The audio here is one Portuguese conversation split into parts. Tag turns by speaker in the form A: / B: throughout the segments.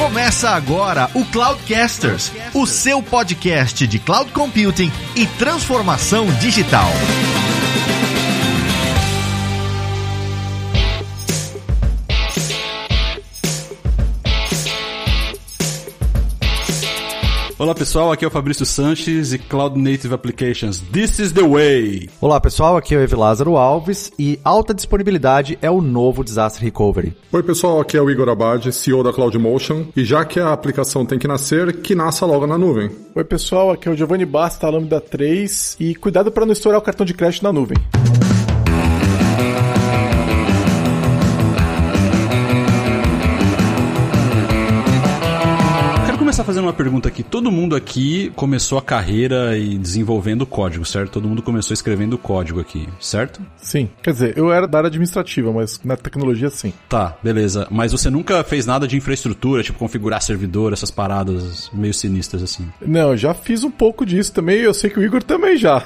A: Começa agora o Cloudcasters, o seu podcast de cloud computing e transformação digital.
B: Olá pessoal, aqui é o Fabrício Sanches e Cloud Native Applications. This is the way!
C: Olá pessoal, aqui é o Evi Lázaro Alves e alta disponibilidade é o novo Disaster Recovery.
D: Oi pessoal, aqui é o Igor Abad, CEO da CloudMotion, e já que a aplicação tem que nascer, que nasça logo na nuvem.
E: Oi pessoal, aqui é o Giovanni Basta, Lambda 3, e cuidado para não estourar o cartão de crédito na nuvem.
B: Começar fazendo uma pergunta aqui. Todo mundo aqui começou a carreira e desenvolvendo código, certo? Todo mundo começou escrevendo código aqui, certo?
E: Sim. Quer dizer, eu era da área administrativa, mas na tecnologia sim.
B: Tá, beleza. Mas você nunca fez nada de infraestrutura, tipo configurar servidor, essas paradas meio sinistras assim?
E: Não, eu já fiz um pouco disso também e eu sei que o Igor também já.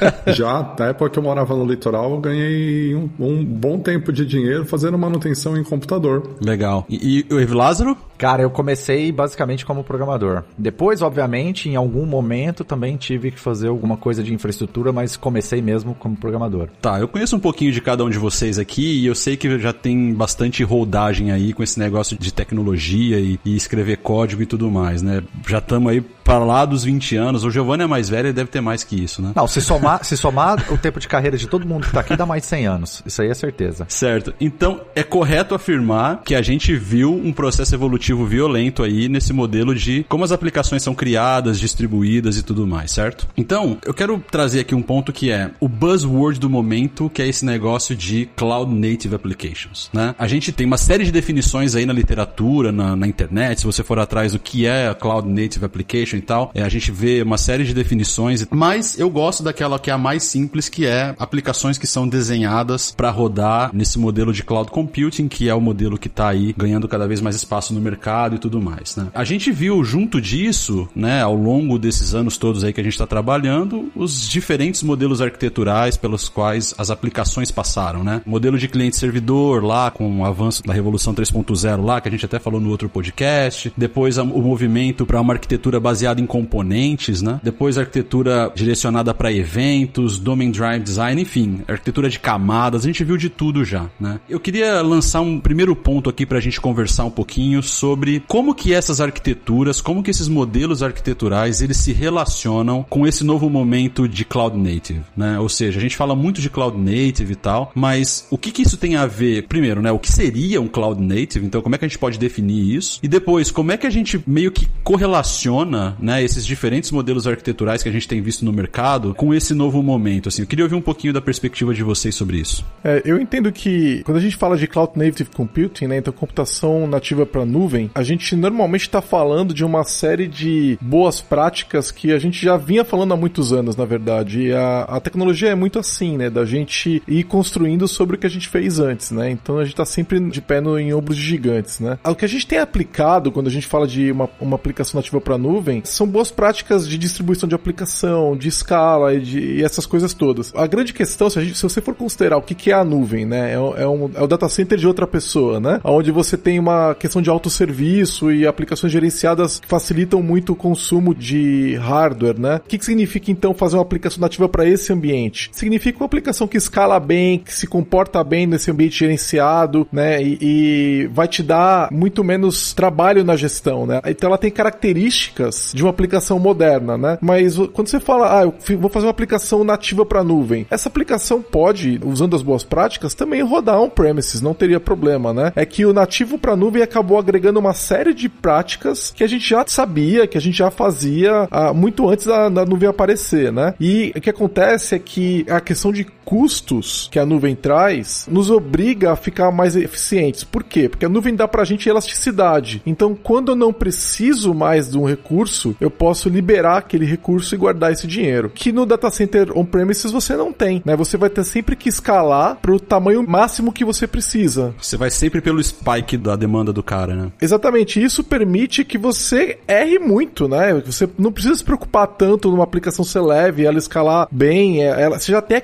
D: Já, na época que eu morava no litoral, eu ganhei um bom tempo de dinheiro fazendo manutenção em computador.
B: Legal. E o Evi Lázaro?
C: Cara, eu comecei basicamente como programador. Depois, obviamente, em algum momento também tive que fazer alguma coisa de infraestrutura, mas comecei mesmo como programador.
B: Tá, eu conheço um pouquinho de cada um de vocês aqui e eu sei que já tem bastante rodagem aí com esse negócio de tecnologia e escrever código e tudo mais, né? Já estamos aí para lá dos 20 anos. O Giovanni é mais velho e deve ter mais que isso, né?
C: Não, se somar o tempo de carreira de todo mundo que tá aqui, dá mais de 100 anos. Isso aí é certeza.
B: Certo. Então, é correto afirmar que a gente viu um processo evolutivo violento aí nesse modelo de como as aplicações são criadas, distribuídas e tudo mais, certo? Então, eu quero trazer aqui um ponto que é o buzzword do momento, que é esse negócio de Cloud Native Applications, né? A gente tem uma série de definições aí na literatura, na internet, se você for atrás do que é a Cloud Native Application e tal, a gente vê uma série de definições, mas eu gosto daquela que é a mais simples, que é aplicações que são desenhadas para rodar nesse modelo de Cloud Computing, que é o modelo que está aí ganhando cada vez mais espaço no mercado e tudo mais, né? A gente viu junto disso, né, ao longo desses anos todos aí que a gente está trabalhando, os diferentes modelos arquiteturais pelos quais as aplicações passaram, né? Modelo de cliente-servidor lá, com o avanço da Revolução 3.0 lá, que a gente até falou no outro podcast. Depois o movimento para uma arquitetura baseada em componentes, né? Depois a arquitetura direcionada para eventos, Domain Drive Design, enfim, arquitetura de camadas, a gente viu de tudo já, né? Eu queria lançar um primeiro ponto aqui para a gente conversar um pouquinho sobre como que essas arquiteturas, como que esses modelos arquiteturais, eles se relacionam com esse novo momento de Cloud Native, né? Ou seja, a gente fala muito de Cloud Native e tal, mas o que isso tem a ver, primeiro, né? O que seria um Cloud Native? Então, como é que a gente pode definir isso? E depois, como é que a gente meio que correlaciona, né, esses diferentes modelos arquiteturais que a gente tem visto no mercado com esse novo momento, assim? Eu queria ouvir um pouquinho da perspectiva de vocês sobre isso.
E: Eu entendo que quando a gente fala de Cloud Native Computing, né, então computação nativa para nuvem, a gente normalmente está falando de uma série de boas práticas que a gente já vinha falando há muitos anos, na verdade. E a tecnologia é muito assim, né, da gente ir construindo sobre o que a gente fez antes, né? Então a gente está sempre de pé em ombros de gigantes, né? O que a gente tem aplicado quando a gente fala de uma aplicação nativa para nuvem são boas práticas de distribuição de aplicação, de escala e essas coisas todas. A grande questão, se você for considerar o que é a nuvem, né? É o data center de outra pessoa, né? Onde você tem uma questão de autosserviço e aplicações gerenciadas que facilitam muito o consumo de hardware, né? O que significa, então, fazer uma aplicação nativa para esse ambiente? Significa uma aplicação que escala bem, que se comporta bem nesse ambiente gerenciado, né? E vai te dar muito menos trabalho na gestão, né? Então ela tem características de uma aplicação moderna, né? Mas quando você fala, eu vou fazer uma aplicação nativa para nuvem, essa aplicação pode, usando as boas práticas, também rodar on-premises, não teria problema, né? É que o nativo para nuvem acabou agregando uma série de práticas que a gente já sabia, que a gente já fazia muito antes da nuvem aparecer, né? E o que acontece é que a questão de custos que a nuvem traz nos obriga a ficar mais eficientes. Por quê? Porque a nuvem dá pra gente elasticidade. Então, quando eu não preciso mais de um recurso, eu posso liberar aquele recurso e guardar esse dinheiro. Que no data center on-premises você não tem, né? Você vai ter sempre que escalar pro tamanho máximo que você precisa.
B: Você vai sempre pelo spike da demanda do cara, né?
E: Exatamente. Isso permite que você erre muito, né? Você não precisa se preocupar tanto numa aplicação ser leve, ela escalar bem, você já tem aquela capacidade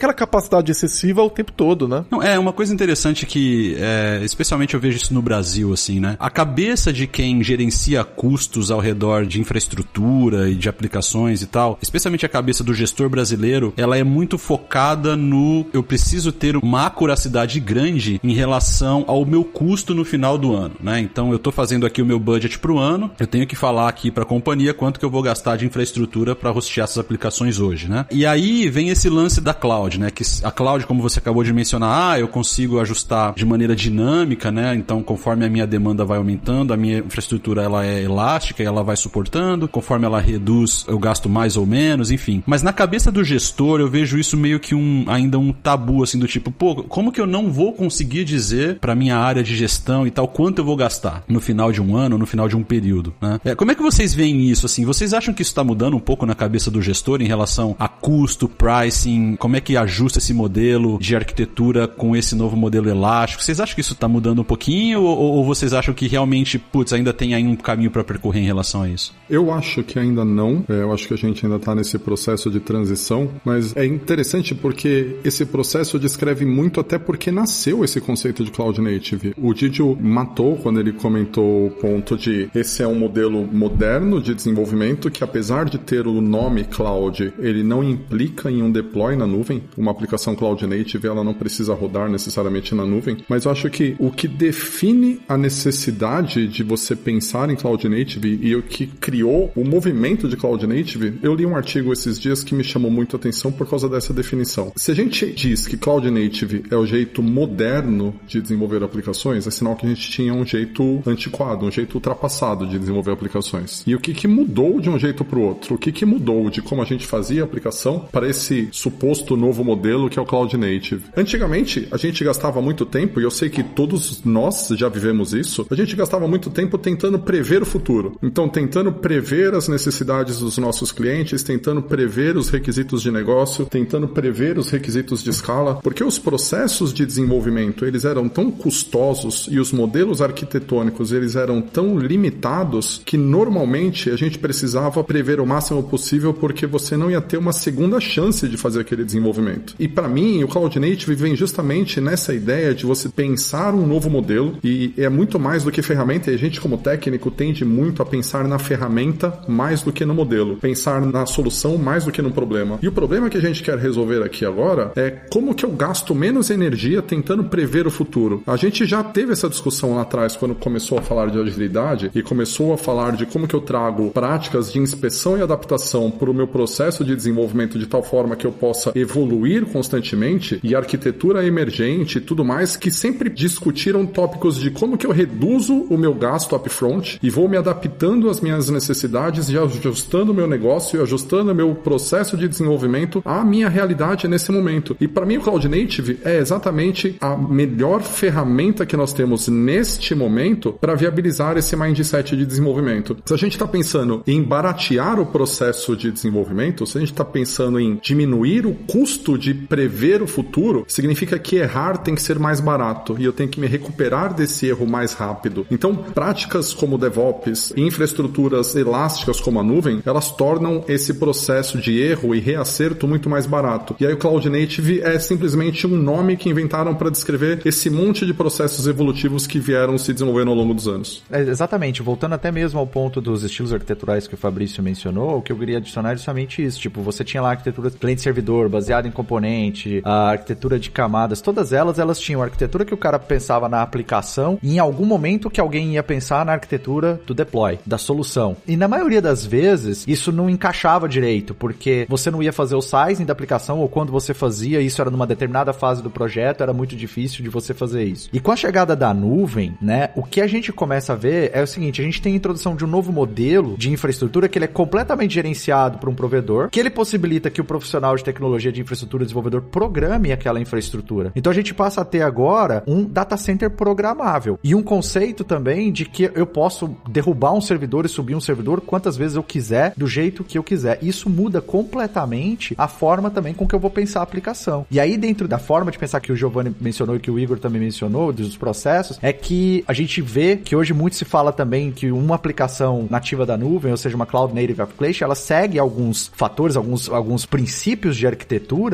E: capacidade excessiva o tempo todo, né?
B: Não, é uma coisa interessante que, especialmente eu vejo isso no Brasil, assim, né? A cabeça de quem gerencia custos ao redor de infraestrutura e de aplicações e tal, especialmente a cabeça do gestor brasileiro, ela é muito focada no eu preciso ter uma acuracidade grande em relação ao meu custo no final do ano, né? Então eu tô fazendo aqui o meu budget pro ano, eu tenho que falar aqui pra companhia quanto que eu vou gastar de infraestrutura pra hostear essas aplicações hoje, né? E aí vem esse lance da cloud, né? Que a cloud, como você acabou de mencionar, eu consigo ajustar de maneira dinâmica, né? Então, conforme a minha demanda vai aumentando, a minha infraestrutura ela é elástica e ela vai suportando, conforme ela reduz, eu gasto mais ou menos, enfim. Mas na cabeça do gestor, eu vejo isso meio que ainda um tabu, assim, do tipo, pô, como que eu não vou conseguir dizer pra minha área de gestão e tal, quanto eu vou gastar no final de um ano, no final de um período, né? Como é que vocês veem isso, assim? Vocês acham que isso tá mudando um pouco na cabeça do gestor em relação a custo, pricing, como é que ajusta esse modelo de arquitetura com esse novo modelo elástico? Vocês acham que isso tá mudando um pouquinho ou vocês acham que realmente, putz, ainda tem aí um caminho pra percorrer em relação a isso?
D: Eu acho que ainda não. Eu acho que a gente ainda tá nesse processo de transição, mas é interessante porque esse processo descreve muito até porque nasceu esse conceito de Cloud Native. O Didio matou quando ele comentou o ponto de esse é um modelo moderno de desenvolvimento que, apesar de ter o nome Cloud, ele não implica em um deploy na nuvem. Uma aplicação Cloud Native, ela não precisa rodar necessariamente na nuvem, mas eu acho que o que define a necessidade de você pensar em Cloud Native e o que criou o movimento de Cloud Native, eu li um artigo esses dias que me chamou muito a atenção por causa dessa definição. Se a gente diz que Cloud Native é o jeito moderno de desenvolver aplicações, é sinal que a gente tinha um jeito antiquado, um jeito ultrapassado de desenvolver aplicações. E o que mudou de um jeito para o outro? O que mudou de como a gente fazia a aplicação para esse suposto novo modelo que é o Cloud Native? Antigamente, a gente gastava muito tempo, e eu sei que todos nós já vivemos isso, a gente gastava muito tempo tentando prever o futuro. Então, tentando prever as necessidades dos nossos clientes, tentando prever os requisitos de negócio, tentando prever os requisitos de escala, porque os processos de desenvolvimento, eles eram tão custosos e os modelos arquitetônicos, eles eram tão limitados que normalmente a gente precisava prever o máximo possível porque você não ia ter uma segunda chance de fazer aquele desenvolvimento. E para mim, o Cloud Native vem justamente nessa ideia de você pensar um novo modelo e é muito mais do que ferramenta, e a gente como técnico tende muito a pensar na ferramenta mais do que no modelo, pensar na solução mais do que no problema. E o problema que a gente quer resolver aqui agora é como que eu gasto menos energia tentando prever o futuro. A gente já teve essa discussão lá atrás quando começou a falar de agilidade e começou a falar de como que eu trago práticas de inspeção e adaptação para o meu processo de desenvolvimento de tal forma que eu possa evoluir constantemente, e arquitetura emergente e tudo mais, que sempre discutiram tópicos de como que eu reduzo o meu gasto upfront e vou me adaptando às minhas necessidades e ajustando o meu negócio e ajustando o meu processo de desenvolvimento à minha realidade nesse momento. E para mim o Cloud Native é exatamente a melhor ferramenta que nós temos neste momento para viabilizar esse mindset de desenvolvimento. Se a gente está pensando em baratear o processo de desenvolvimento, se a gente está pensando em diminuir o custo de prever o futuro, significa que errar tem que ser mais barato e eu tenho que me recuperar desse erro mais rápido. Então, práticas como DevOps e infraestruturas elásticas como a nuvem, elas tornam esse processo de erro e reacerto muito mais barato. E aí o Cloud Native é simplesmente um nome que inventaram para descrever esse monte de processos evolutivos que vieram se desenvolvendo ao longo dos anos.
C: Exatamente, voltando até mesmo ao ponto dos estilos arquiteturais que o Fabrício mencionou, o que eu queria adicionar é justamente isso, tipo, você tinha lá a arquitetura cliente-servidor, baseada em componente, a arquitetura de camadas, todas elas tinham a arquitetura que o cara pensava na aplicação e em algum momento que alguém ia pensar na arquitetura do deploy, da solução. E na maioria das vezes, isso não encaixava direito, porque você não ia fazer o sizing da aplicação, ou quando você fazia, isso era numa determinada fase do projeto, era muito difícil de você fazer isso. E com a chegada da nuvem, né, o que a gente começa a ver é o seguinte, a gente tem a introdução de um novo modelo de infraestrutura que ele é completamente gerenciado por um provedor, que ele possibilita que o profissional de tecnologia de infraestrutura desenvolvedor programe aquela infraestrutura. Então a gente passa a ter agora um data center programável e um conceito também de que eu posso derrubar um servidor e subir um servidor quantas vezes eu quiser, do jeito que eu quiser. Isso muda completamente a forma também com que eu vou pensar a aplicação. E aí dentro da forma de pensar que o Giovanni mencionou e que o Igor também mencionou, dos processos, é que a gente vê que hoje muito se fala também que uma aplicação nativa da nuvem, ou seja, uma Cloud Native Application, ela segue alguns fatores, alguns princípios de arquitetura, né, que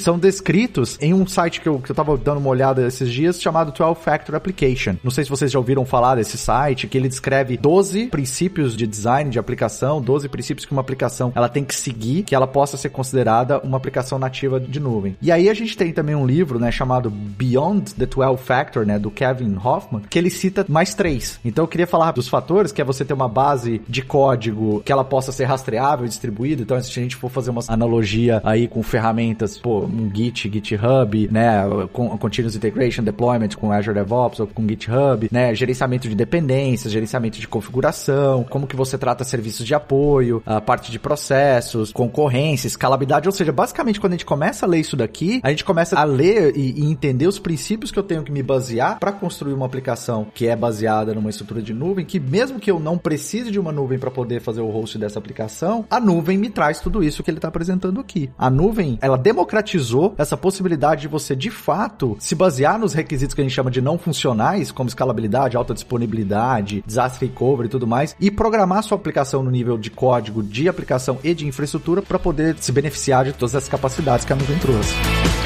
C: são descritos em um site que eu tava dando uma olhada esses dias, chamado 12 Factor Application. Não sei se vocês já ouviram falar desse site, que ele descreve 12 princípios de design de aplicação, 12 princípios que uma aplicação ela tem que seguir, que ela possa ser considerada uma aplicação nativa de nuvem. E aí a gente tem também um livro, né, chamado Beyond the 12 Factor, né, do Kevin Hoffman, que ele cita mais 3. Então eu queria falar dos fatores, que é você ter uma base de código que ela possa ser rastreável e distribuída. Então se a gente for fazer uma analogia aí com ferramentas, um Git, GitHub, né, com Continuous Integration, Deployment com Azure DevOps ou com GitHub, né, gerenciamento de dependências, gerenciamento de configuração, como que você trata serviços de apoio, a parte de processos, concorrência, escalabilidade, ou seja, basicamente quando a gente começa a ler isso daqui, a gente começa a ler e entender os princípios que eu tenho que me basear para construir uma aplicação que é baseada numa estrutura de nuvem, que mesmo que eu não precise de uma nuvem para poder fazer o host dessa aplicação, a nuvem me traz tudo isso que ele está apresentando aqui. A nuvem, ela democratizou essa possibilidade de você, de fato, se basear nos requisitos que a gente chama de não funcionais, como escalabilidade, alta disponibilidade, disaster recovery e tudo mais, e programar sua aplicação no nível de código, de aplicação e de infraestrutura para poder se beneficiar de todas as capacidades que a nuvem trouxe.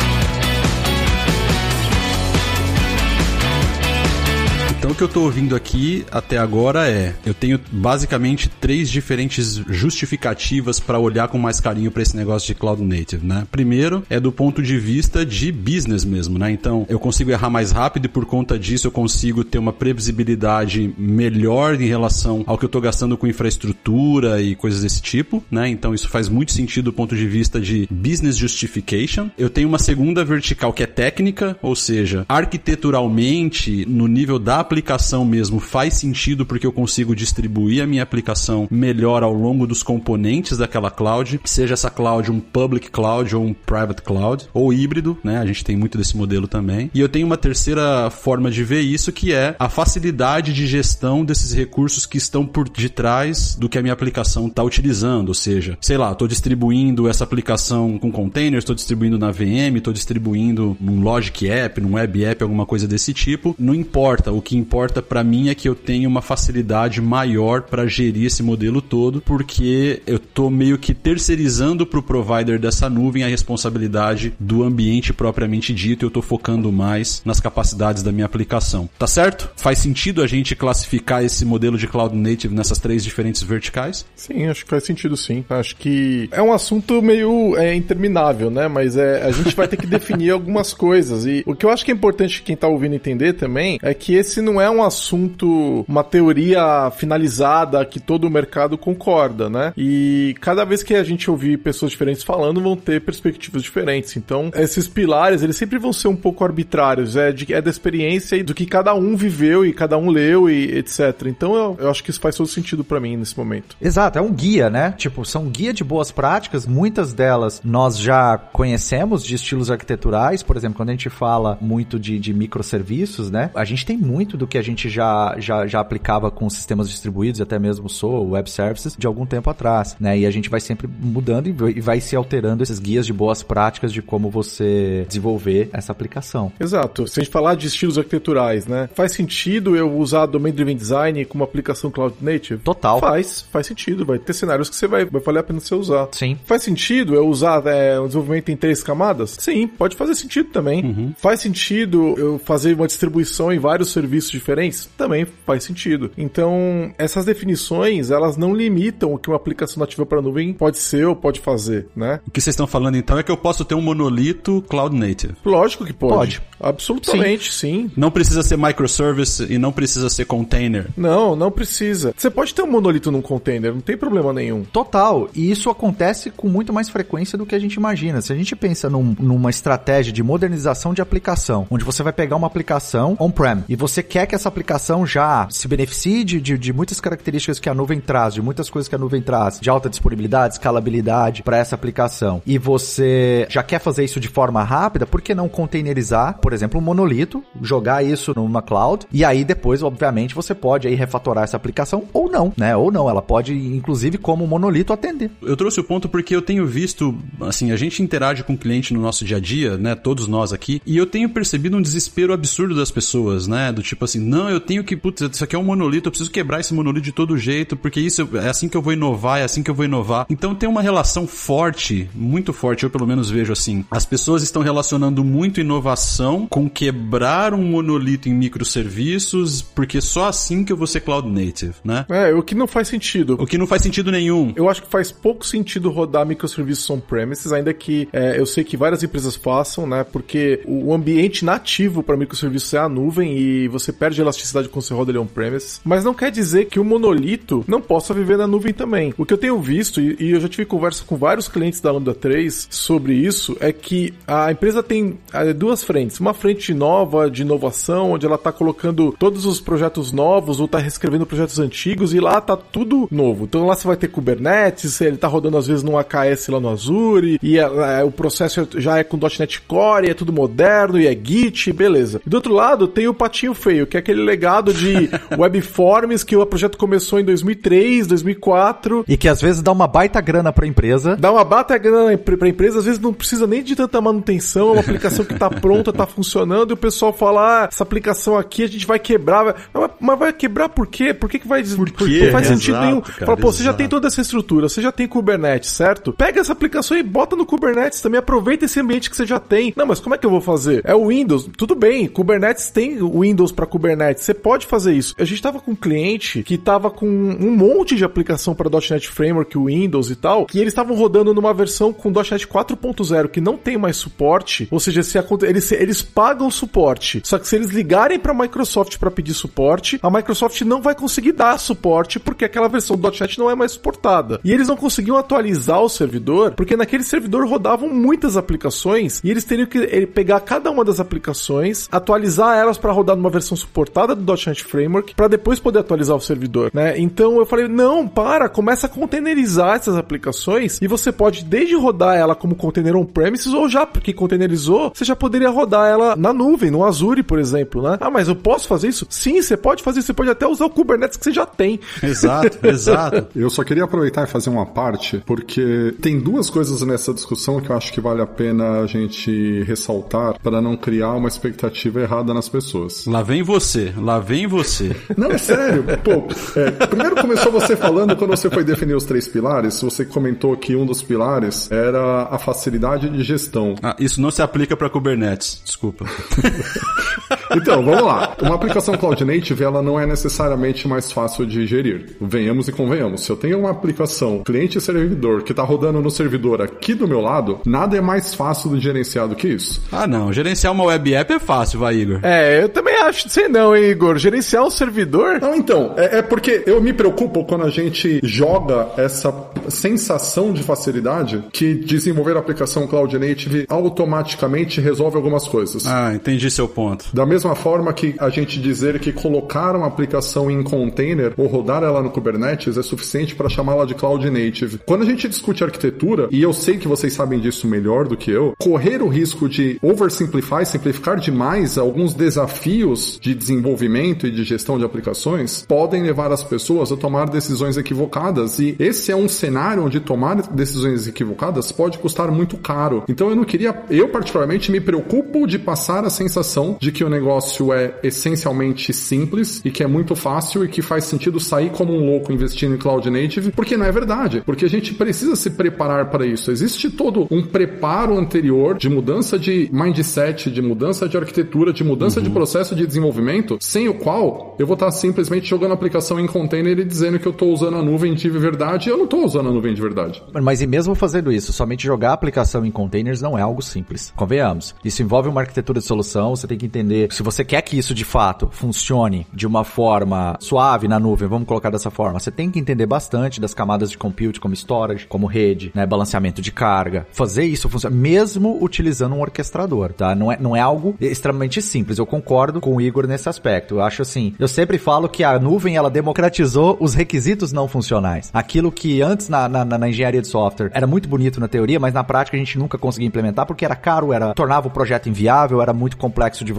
B: Então o que eu tô ouvindo aqui até agora eu tenho basicamente 3 diferentes justificativas para olhar com mais carinho para esse negócio de Cloud Native, né? Primeiro, é do ponto de vista de business mesmo, né? Então, eu consigo errar mais rápido e por conta disso eu consigo ter uma previsibilidade melhor em relação ao que eu tô gastando com infraestrutura e coisas desse tipo, né? Então, isso faz muito sentido do ponto de vista de business justification. Eu tenho uma segunda vertical que é técnica, ou seja, arquiteturalmente, no nível da aplicação mesmo, faz sentido porque eu consigo distribuir a minha aplicação melhor ao longo dos componentes daquela cloud, seja essa cloud um public cloud ou um private cloud, ou híbrido, né? A gente tem muito desse modelo também. E eu tenho uma terceira forma de ver isso, que é a facilidade de gestão desses recursos que estão por detrás do que a minha aplicação está utilizando, ou seja, sei lá, estou distribuindo essa aplicação com containers, estou distribuindo na VM, estou distribuindo num Logic App, num Web App, alguma coisa desse tipo. Não importa, o que importa para mim é que eu tenho uma facilidade maior para gerir esse modelo todo, porque eu tô meio que terceirizando pro provider dessa nuvem a responsabilidade do ambiente propriamente dito, e eu tô focando mais nas capacidades da minha aplicação. Tá certo? Faz sentido a gente classificar esse modelo de Cloud Native nessas 3 diferentes verticais?
E: Sim, acho que faz sentido sim. Acho que é um assunto meio interminável, né? Mas a gente vai ter que definir algumas coisas. E o que eu acho que é importante quem tá ouvindo entender também é que esse não é um assunto, uma teoria finalizada que todo o mercado concorda, né? E cada vez que a gente ouvir pessoas diferentes falando, vão ter perspectivas diferentes. Então, esses pilares, eles sempre vão ser um pouco arbitrários. É da experiência e do que cada um viveu e cada um leu e etc. Então, eu acho que isso faz todo sentido pra mim nesse momento.
C: Exato, é um guia, né? Tipo, são guia de boas práticas. Muitas delas nós já conhecemos de estilos arquiteturais. Por exemplo, quando a gente fala muito de microserviços, né? A gente tem muito do que a gente já aplicava com sistemas distribuídos, e até mesmo Web Services, de algum tempo atrás, né? E a gente vai sempre mudando e vai se alterando esses guias de boas práticas de como você desenvolver essa aplicação.
E: Exato. Se a gente falar de estilos arquiteturais, né? Faz sentido eu usar Domain Driven Design como aplicação Cloud Native?
C: Total.
E: Faz sentido. Vai ter cenários que você vai valer a pena você usar.
C: Sim.
E: Faz sentido eu usar um desenvolvimento em 3 camadas? Sim, pode fazer sentido também. Uhum. Faz sentido eu fazer uma distribuição em vários serviços diferentes? Também faz sentido. Então, essas definições, elas não limitam o que uma aplicação nativa para nuvem pode ser ou pode fazer, né?
B: O que vocês estão falando, então, é que eu posso ter um monolito Cloud Native.
E: Lógico que pode. Absolutamente, sim.
B: Não precisa ser microservice e não precisa ser container.
E: Não precisa. Você pode ter um monolito num container, não tem problema nenhum.
C: Total. E isso acontece com muito mais frequência do que a gente imagina. Se a gente pensa numa estratégia de modernização de aplicação, onde você vai pegar uma aplicação on-prem e você quer que essa aplicação já se beneficie de muitas características que a nuvem traz, de muitas coisas que a nuvem traz, de alta disponibilidade, escalabilidade para essa aplicação, e você já quer fazer isso de forma rápida, por que não containerizar, por exemplo, um monolito, jogar isso numa cloud, e aí depois, obviamente, você pode aí refatorar essa aplicação ou não, né? Ou não, ela pode, inclusive, como monolito, atender.
B: Eu trouxe o ponto porque eu tenho visto, assim, a gente interage com o cliente no nosso dia a dia, né? Todos nós aqui, e eu tenho percebido um desespero absurdo das pessoas, né? Do tipo assim, não, eu tenho que, putz, isso aqui é um monolito, eu preciso quebrar esse monolito de todo jeito, porque isso é assim que eu vou inovar, é assim que eu vou inovar. Então tem uma relação forte, muito forte, eu pelo menos vejo assim. As pessoas estão relacionando muito inovação com quebrar um monolito em microserviços, porque só assim que eu vou ser cloud native, né?
E: O que não faz sentido.
B: O que não faz sentido nenhum.
E: Eu acho que faz pouco sentido rodar microserviços on-premises, ainda que eu sei que várias empresas façam, né? Porque o ambiente nativo para microserviços é a nuvem e você perde a elasticidade quando você roda ele on-premises. Mas não quer dizer que o monolito não possa viver na nuvem também. O que eu tenho visto, e eu já tive conversa com vários clientes da Lambda 3 sobre isso, é que a empresa tem duas frentes. Uma frente nova, de inovação, onde ela está colocando todos os projetos novos ou está reescrevendo projetos antigos e lá tá tudo novo. Então lá você vai ter Kubernetes, ele tá rodando às vezes num AKS lá no Azure e o processo já é com .NET Core, é tudo moderno e é Git, beleza. E do outro lado tem o patinho feio, que é aquele legado de webforms que o projeto começou em 2003, 2004.
C: E que às vezes dá uma baita grana pra empresa.
E: Dá uma baita grana pra empresa, às vezes não precisa nem de tanta manutenção, é uma aplicação que tá pronta, tá funcionando, e o pessoal fala, essa aplicação aqui a gente vai quebrar. Mas vai quebrar por quê? Por que vai...
B: Por quê?
E: Não faz sentido nenhum.
B: Cara,
E: fala, pô, você já tem toda essa estrutura, você já tem Kubernetes, certo? Pega essa aplicação e bota no Kubernetes também, aproveita esse ambiente que você já tem. Não, mas como é que eu vou fazer? É o Windows. Tudo bem, Kubernetes tem o Windows para Kubernetes, você pode fazer isso. A gente tava com um cliente que tava com um monte de aplicação para .NET Framework, Windows e tal, que eles estavam rodando numa versão com .NET 4.0 que não tem mais suporte, ou seja, eles pagam suporte, só que se eles ligarem para a Microsoft para pedir suporte, a Microsoft não vai conseguir dar suporte porque aquela versão do .NET não é mais suportada. E eles não conseguiam atualizar o servidor, porque naquele servidor rodavam muitas aplicações e eles teriam que pegar cada uma das aplicações, atualizar elas para rodar numa versão suportada do .NET Framework, para depois poder atualizar o servidor, né? Então eu falei, não, começa a containerizar essas aplicações e você pode desde rodar ela como container on-premises ou já, porque containerizou, você já poderia rodar ela na nuvem, no Azure, por exemplo, né? Ah, mas eu posso fazer isso? Sim, você pode fazer, você pode até usar o Kubernetes que você já tem.
B: Exato, exato.
D: Eu só queria aproveitar e fazer uma parte, porque tem duas coisas nessa discussão que eu acho que vale a pena a gente ressaltar para não criar uma expectativa errada nas pessoas.
B: Lá vem você.
D: Não, é sério. Pô, primeiro começou você falando, quando você foi definir os 3 pilares, você comentou que um dos pilares era a facilidade de gestão.
B: Ah, isso não se aplica para Kubernetes, desculpa.
D: Então, vamos lá. Uma aplicação Cloud Native, ela não é necessariamente mais fácil de gerir. Venhamos e convenhamos. Se eu tenho uma aplicação cliente e servidor que está rodando no servidor aqui do meu lado, nada é mais fácil de gerenciar do que isso.
B: Ah, não. Gerenciar uma web app é fácil, vai, Igor.
E: Eu também acho. Sei não, hein, Igor. Gerenciar um servidor...
D: Não, então. É porque eu me preocupo quando a gente joga essa sensação de facilidade que desenvolver a aplicação Cloud Native automaticamente resolve algumas coisas.
B: Ah, entendi seu ponto.
D: Da mesma forma que a gente dizer que colocar uma aplicação em container ou rodar ela no Kubernetes é suficiente para chamá-la de Cloud Native. Quando a gente discute arquitetura, e eu sei que vocês sabem disso melhor do que eu, correr o risco de simplificar demais alguns desafios de desenvolvimento e de gestão de aplicações podem levar as pessoas a tomar decisões equivocadas, e esse é um cenário onde tomar decisões equivocadas pode custar muito caro. Então eu particularmente me preocupo de passar a sensação de que o negócio é essencialmente simples e que é muito fácil e que faz sentido sair como um louco investindo em Cloud Native, porque não é verdade, porque a gente precisa se preparar para isso. Existe todo um preparo anterior de mudança de mindset, de mudança de arquitetura, de mudança de processo de desenvolvimento, sem o qual eu vou estar simplesmente jogando a aplicação em container e dizendo que eu estou usando a nuvem de verdade e eu não estou usando a nuvem de verdade.
C: Mas e mesmo fazendo isso, somente jogar a aplicação em containers não é algo simples. Convenhamos. Isso envolve uma arquitetura de solução, você tem que entender se você quer que isso de fato funcione de uma forma suave na nuvem, vamos colocar dessa forma, você tem que entender bastante das camadas de compute, como storage, como rede, né, balanceamento de carga. Fazer isso funcionar, mesmo utilizando um orquestrador, tá? Não é algo extremamente simples. Eu concordo com o Igor nesse aspecto. Eu acho assim, eu sempre falo que a nuvem, ela democratizou os requisitos não funcionais. Aquilo que antes na engenharia de software era muito bonito na teoria, mas na prática a gente nunca conseguia implementar porque era caro, tornava o projeto inviável, era muito complexo de você fazer.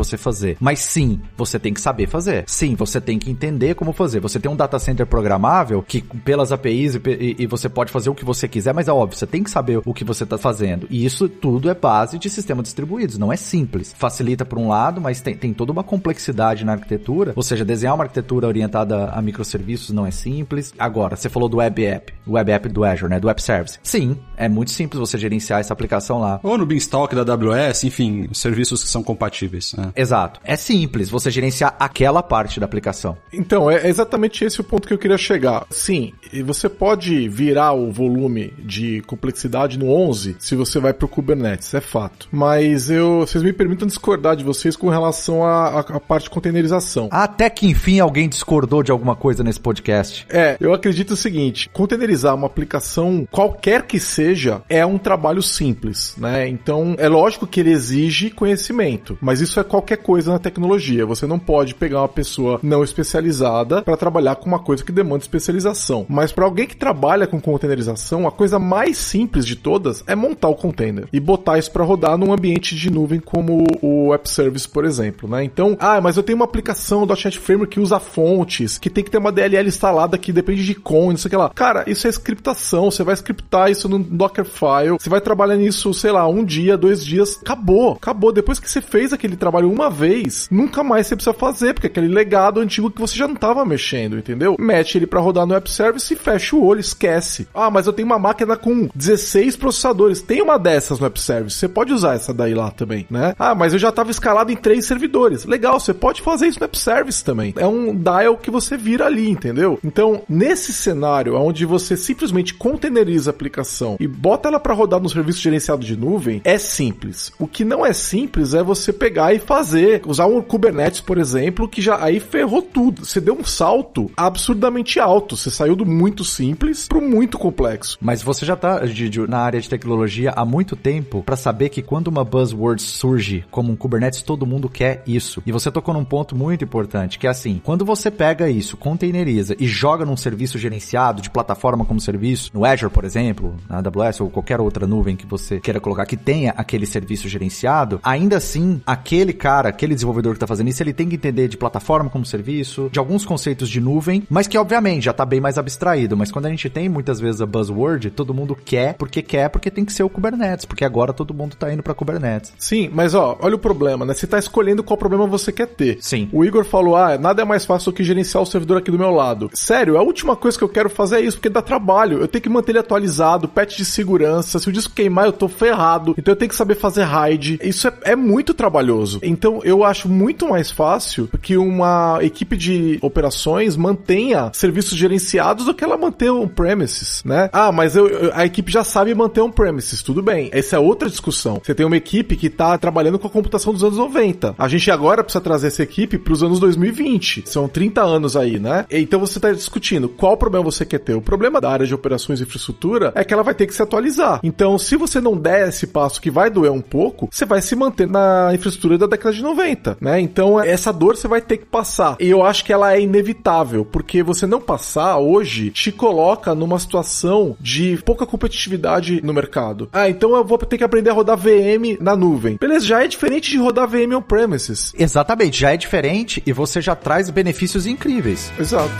C: fazer. Mas sim, você tem que saber fazer. Sim, você tem que entender como fazer. Você tem um data center programável que pelas APIs e você pode fazer o que você quiser, mas é óbvio, você tem que saber o que você está fazendo. E isso tudo é base de sistemas distribuídos, não é simples. Facilita por um lado, mas tem toda uma complexidade na arquitetura, ou seja, desenhar uma arquitetura orientada a microserviços não é simples. Agora, você falou do Web App, o Web App do Azure, né, do Web Service. Sim, é muito simples você gerenciar essa aplicação lá.
B: Ou no Beanstalk da AWS, enfim, serviços que são compatíveis. Né?
C: Exato. É simples você gerenciar aquela parte da aplicação.
E: Então, é exatamente esse o ponto que eu queria chegar. Sim, você pode virar o volume de complexidade no 11 se você vai pro Kubernetes, é fato. Mas vocês me permitam discordar de vocês com relação à parte de containerização.
C: Até que enfim alguém discordou de alguma coisa nesse podcast.
E: Eu acredito o seguinte, containerizar uma aplicação, qualquer que seja, é um trabalho simples, né? Então, é lógico que ele exige conhecimento, mas isso é qualquer coisa na tecnologia. Você não pode pegar uma pessoa não especializada para trabalhar com uma coisa que demanda especialização. Mas para alguém que trabalha com containerização, a coisa mais simples de todas é montar o container e botar isso para rodar num ambiente de nuvem como o App Service, por exemplo, né? Então, mas eu tenho uma aplicação do .NET Framework que usa fontes, que tem que ter uma DLL instalada que depende de cone, não sei o que lá. Cara, isso é scriptação, você vai scriptar isso no Dockerfile, você vai trabalhar nisso, sei lá, 1 dia, 2 dias, acabou. Depois que você fez aquele trabalho uma vez, nunca mais você precisa fazer, porque é aquele legado antigo que você já não estava mexendo, entendeu? Mete ele para rodar no App Service e fecha o olho, esquece. Mas eu tenho uma máquina com 16 processadores, tem uma dessas no App Service, você pode usar essa daí lá também, né? Mas eu já estava escalado em 3 servidores. Legal, você pode fazer isso no App Service também. É um dial que você vira ali, entendeu? Então, nesse cenário, onde você simplesmente containeriza a aplicação e bota ela para rodar no serviço gerenciado de nuvem, é simples. O que não é simples é você pegar e usar um Kubernetes, por exemplo, que já aí ferrou tudo. Você deu um salto absurdamente alto. Você saiu do muito simples pro muito complexo.
C: Mas você já tá, Didio, na área de tecnologia há muito tempo para saber que quando uma buzzword surge como um Kubernetes, todo mundo quer isso. E você tocou num ponto muito importante, que é assim, quando você pega isso, containeriza e joga num serviço gerenciado de plataforma como serviço, no Azure, por exemplo, na AWS ou qualquer outra nuvem que você queira colocar que tenha aquele serviço gerenciado, ainda assim, aquele desenvolvedor que tá fazendo isso, ele tem que entender de plataforma como serviço, de alguns conceitos de nuvem, mas que obviamente já tá bem mais abstraído, mas quando a gente tem muitas vezes a buzzword, todo mundo quer porque tem que ser o Kubernetes, porque agora todo mundo tá indo pra Kubernetes.
E: Sim, mas olha o problema, né? Você tá escolhendo qual problema você quer ter.
C: Sim.
E: O Igor falou, nada é mais fácil do que gerenciar o servidor aqui do meu lado. Sério, a última coisa que eu quero fazer é isso, porque dá trabalho. Eu tenho que manter ele atualizado, patch de segurança, se o disco queimar eu tô ferrado, então eu tenho que saber fazer RAID. Isso é muito trabalhoso. Então eu acho muito mais fácil que uma equipe de operações mantenha serviços gerenciados do que ela manter on-premises, né? Mas a equipe já sabe manter on-premises, tudo bem. Essa é outra discussão. Você tem uma equipe que tá trabalhando com a computação dos anos 90. A gente agora precisa trazer essa equipe pros anos 2020. São 30 anos aí, né? Então você tá discutindo qual problema você quer ter. O problema da área de operações e infraestrutura é que ela vai ter que se atualizar. Então, se você não der esse passo que vai doer um pouco, você vai se manter na infraestrutura da década de 90, né? Então, essa dor você vai ter que passar. E eu acho que ela é inevitável, porque você não passar hoje te coloca numa situação de pouca competitividade no mercado. Então eu vou ter que aprender a rodar VM na nuvem. Beleza, já é diferente de rodar VM on-premises.
C: Exatamente, já é diferente e você já traz benefícios incríveis.
E: Exato.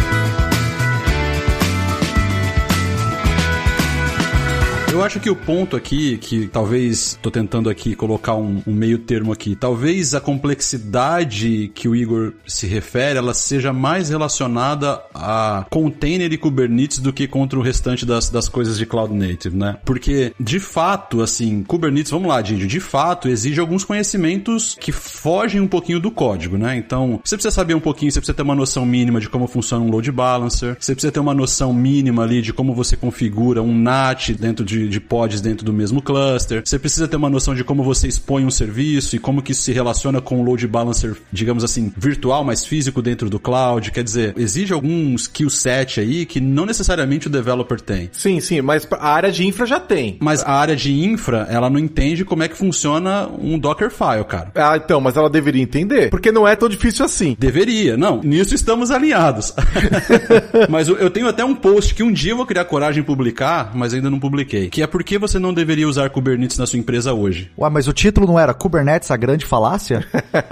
B: Eu acho que o ponto aqui, que talvez, tô tentando aqui colocar um meio termo aqui, talvez a complexidade que o Igor se refere, ela seja mais relacionada a container e Kubernetes do que contra o restante das coisas de Cloud Native, né? Porque, de fato, assim, Kubernetes, vamos lá, Didio, de fato, exige alguns conhecimentos que fogem um pouquinho do código, né? Então, você precisa saber um pouquinho, você precisa ter uma noção mínima de como funciona um load balancer, você precisa ter uma noção mínima ali de como você configura um NAT dentro de pods dentro do mesmo cluster. Você precisa ter uma noção de como você expõe um serviço e como que isso se relaciona com o load balancer, digamos assim, virtual, mas físico dentro do cloud. Quer dizer, exige algum skill set aí que não necessariamente o developer tem.
E: Sim, mas a área de infra já tem.
B: Mas a área de infra, ela não entende como é que funciona um Dockerfile, cara.
E: Então, mas ela deveria entender, porque não é tão difícil assim.
B: Deveria, não. Nisso estamos alinhados. Mas eu tenho até um post que um dia eu vou criar coragem de publicar, mas ainda não publiquei. que é por que você não deveria usar Kubernetes na sua empresa hoje.
C: Ué, mas o título não era Kubernetes, a grande falácia?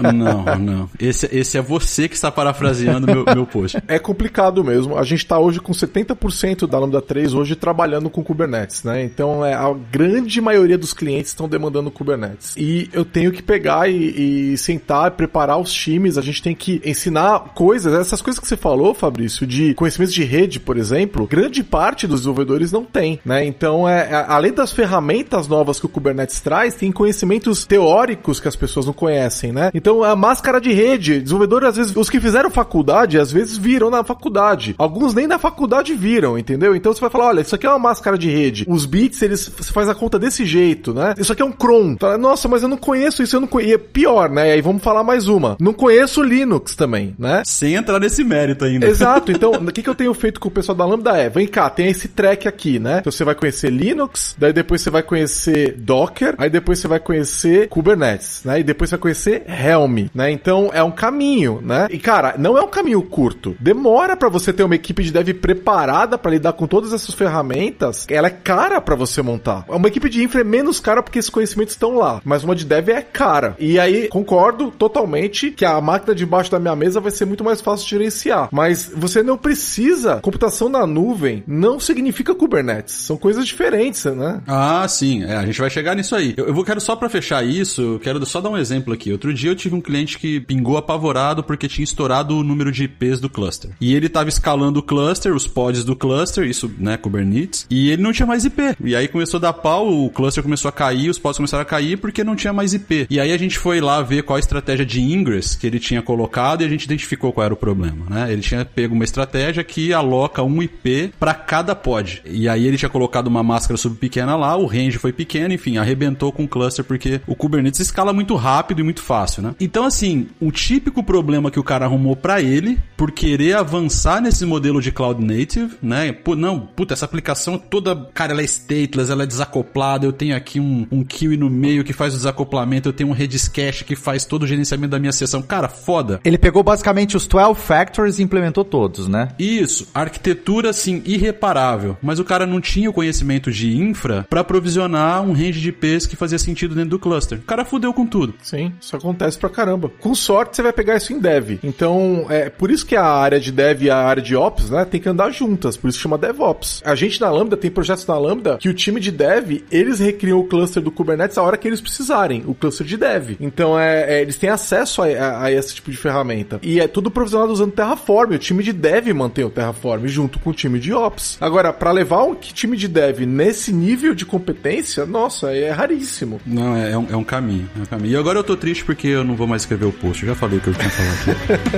B: Não. Esse é você que está parafraseando meu post.
E: É complicado mesmo. A gente está hoje com 70% da Lambda 3 hoje trabalhando com Kubernetes, né? Então, a grande maioria dos clientes estão demandando Kubernetes. E eu tenho que pegar e sentar, preparar os times, a gente tem que ensinar coisas, essas coisas que você falou, Fabrício, de conhecimentos de rede, por exemplo, grande parte dos desenvolvedores não tem, né? Então, além das ferramentas novas que o Kubernetes traz, tem conhecimentos teóricos que as pessoas não conhecem, né? Então, a máscara de rede, desenvolvedores, às vezes, os que fizeram faculdade, às vezes viram na faculdade. Alguns nem na faculdade viram, entendeu? Então, você vai falar, olha, isso aqui é uma máscara de rede. Os bits, você faz a conta desse jeito, né? Isso aqui é um cron. Fala, nossa, mas eu não conheço isso, eu não conheço. E é pior, né? E aí vamos falar mais uma. Não conheço Linux também, né?
B: Sem entrar nesse mérito ainda.
E: Exato. Então, o que eu tenho feito com o pessoal da Lambda vem cá, tem esse track aqui, né? Então você vai conhecer Linux, daí depois você vai conhecer Docker, aí depois você vai conhecer Kubernetes, né? E depois você vai conhecer Helm, né? Então, é um caminho, né? E, cara, não é um caminho curto. Demora pra você ter uma equipe de dev preparada pra lidar com todas essas ferramentas. Ela é cara pra você montar. Uma equipe de infra é menos cara porque esses conhecimentos estão lá, mas uma de dev é cara. E aí, concordo totalmente que a máquina debaixo da minha mesa vai ser muito mais fácil de gerenciar. Mas você não precisa. Computação na nuvem não significa Kubernetes. São coisas diferentes, né?
B: Ah, sim. A gente vai chegar nisso aí. Eu quero só pra fechar isso, eu quero só dar um exemplo aqui. Outro dia eu tive um cliente que pingou apavorado porque tinha estourado o número de IPs do cluster. E ele tava escalando o cluster, os pods do cluster, isso, né, Kubernetes, e ele não tinha mais IP. E aí começou a dar pau, o cluster começou a cair, os pods começaram a cair porque não tinha mais IP. E aí a gente foi lá ver qual a estratégia de ingress que ele tinha colocado e a gente identificou qual era o problema, né? Ele tinha pego uma estratégia que aloca um IP para cada pod. E aí ele tinha colocado uma máscara subpequena lá, o range foi pequeno, enfim, arrebentou com o cluster porque o Kubernetes escala muito rápido e muito fácil, né? Então, assim, o típico problema que o cara arrumou para ele, por querer avançar nesse modelo de Cloud Native, né? Essa aplicação toda, cara, ela é stateless, ela é desacoplada, eu tenho aqui um queue no meio que faz o desacoplamento, eu tenho um Redis Cache que faz todo o gerenciamento da minha sessão. Cara, foda.
C: Ele pegou basicamente os 12 factors e implementou todos, né?
B: Isso. Arquitetura, assim, irreparável. Mas o cara não tinha o conhecimento de infra pra provisionar um range de IPs que fazia sentido dentro do cluster. O cara fudeu com tudo.
E: Sim, isso acontece pra caramba. Com sorte, você vai pegar isso em dev. Então, por isso que a área de dev e a área de ops, né, tem que andar juntas. Por isso que chama DevOps. A gente na Lambda, tem projetos na Lambda que o time de dev, eles recriam o cluster do Kubernetes a hora que eles precisarem. O cluster de dev. Então, eles têm acesso a esse tipo de ferramenta. E é tudo provisionado usando Terraform. O time de dev mantém o Terraform junto com o time de ops. Agora, pra levar um time de dev nesse nível de competência, nossa, é raríssimo.
B: Não, é um caminho. É um caminho. E agora eu tô triste porque eu não vou mais escrever o post. Eu já falei o que eu tinha falado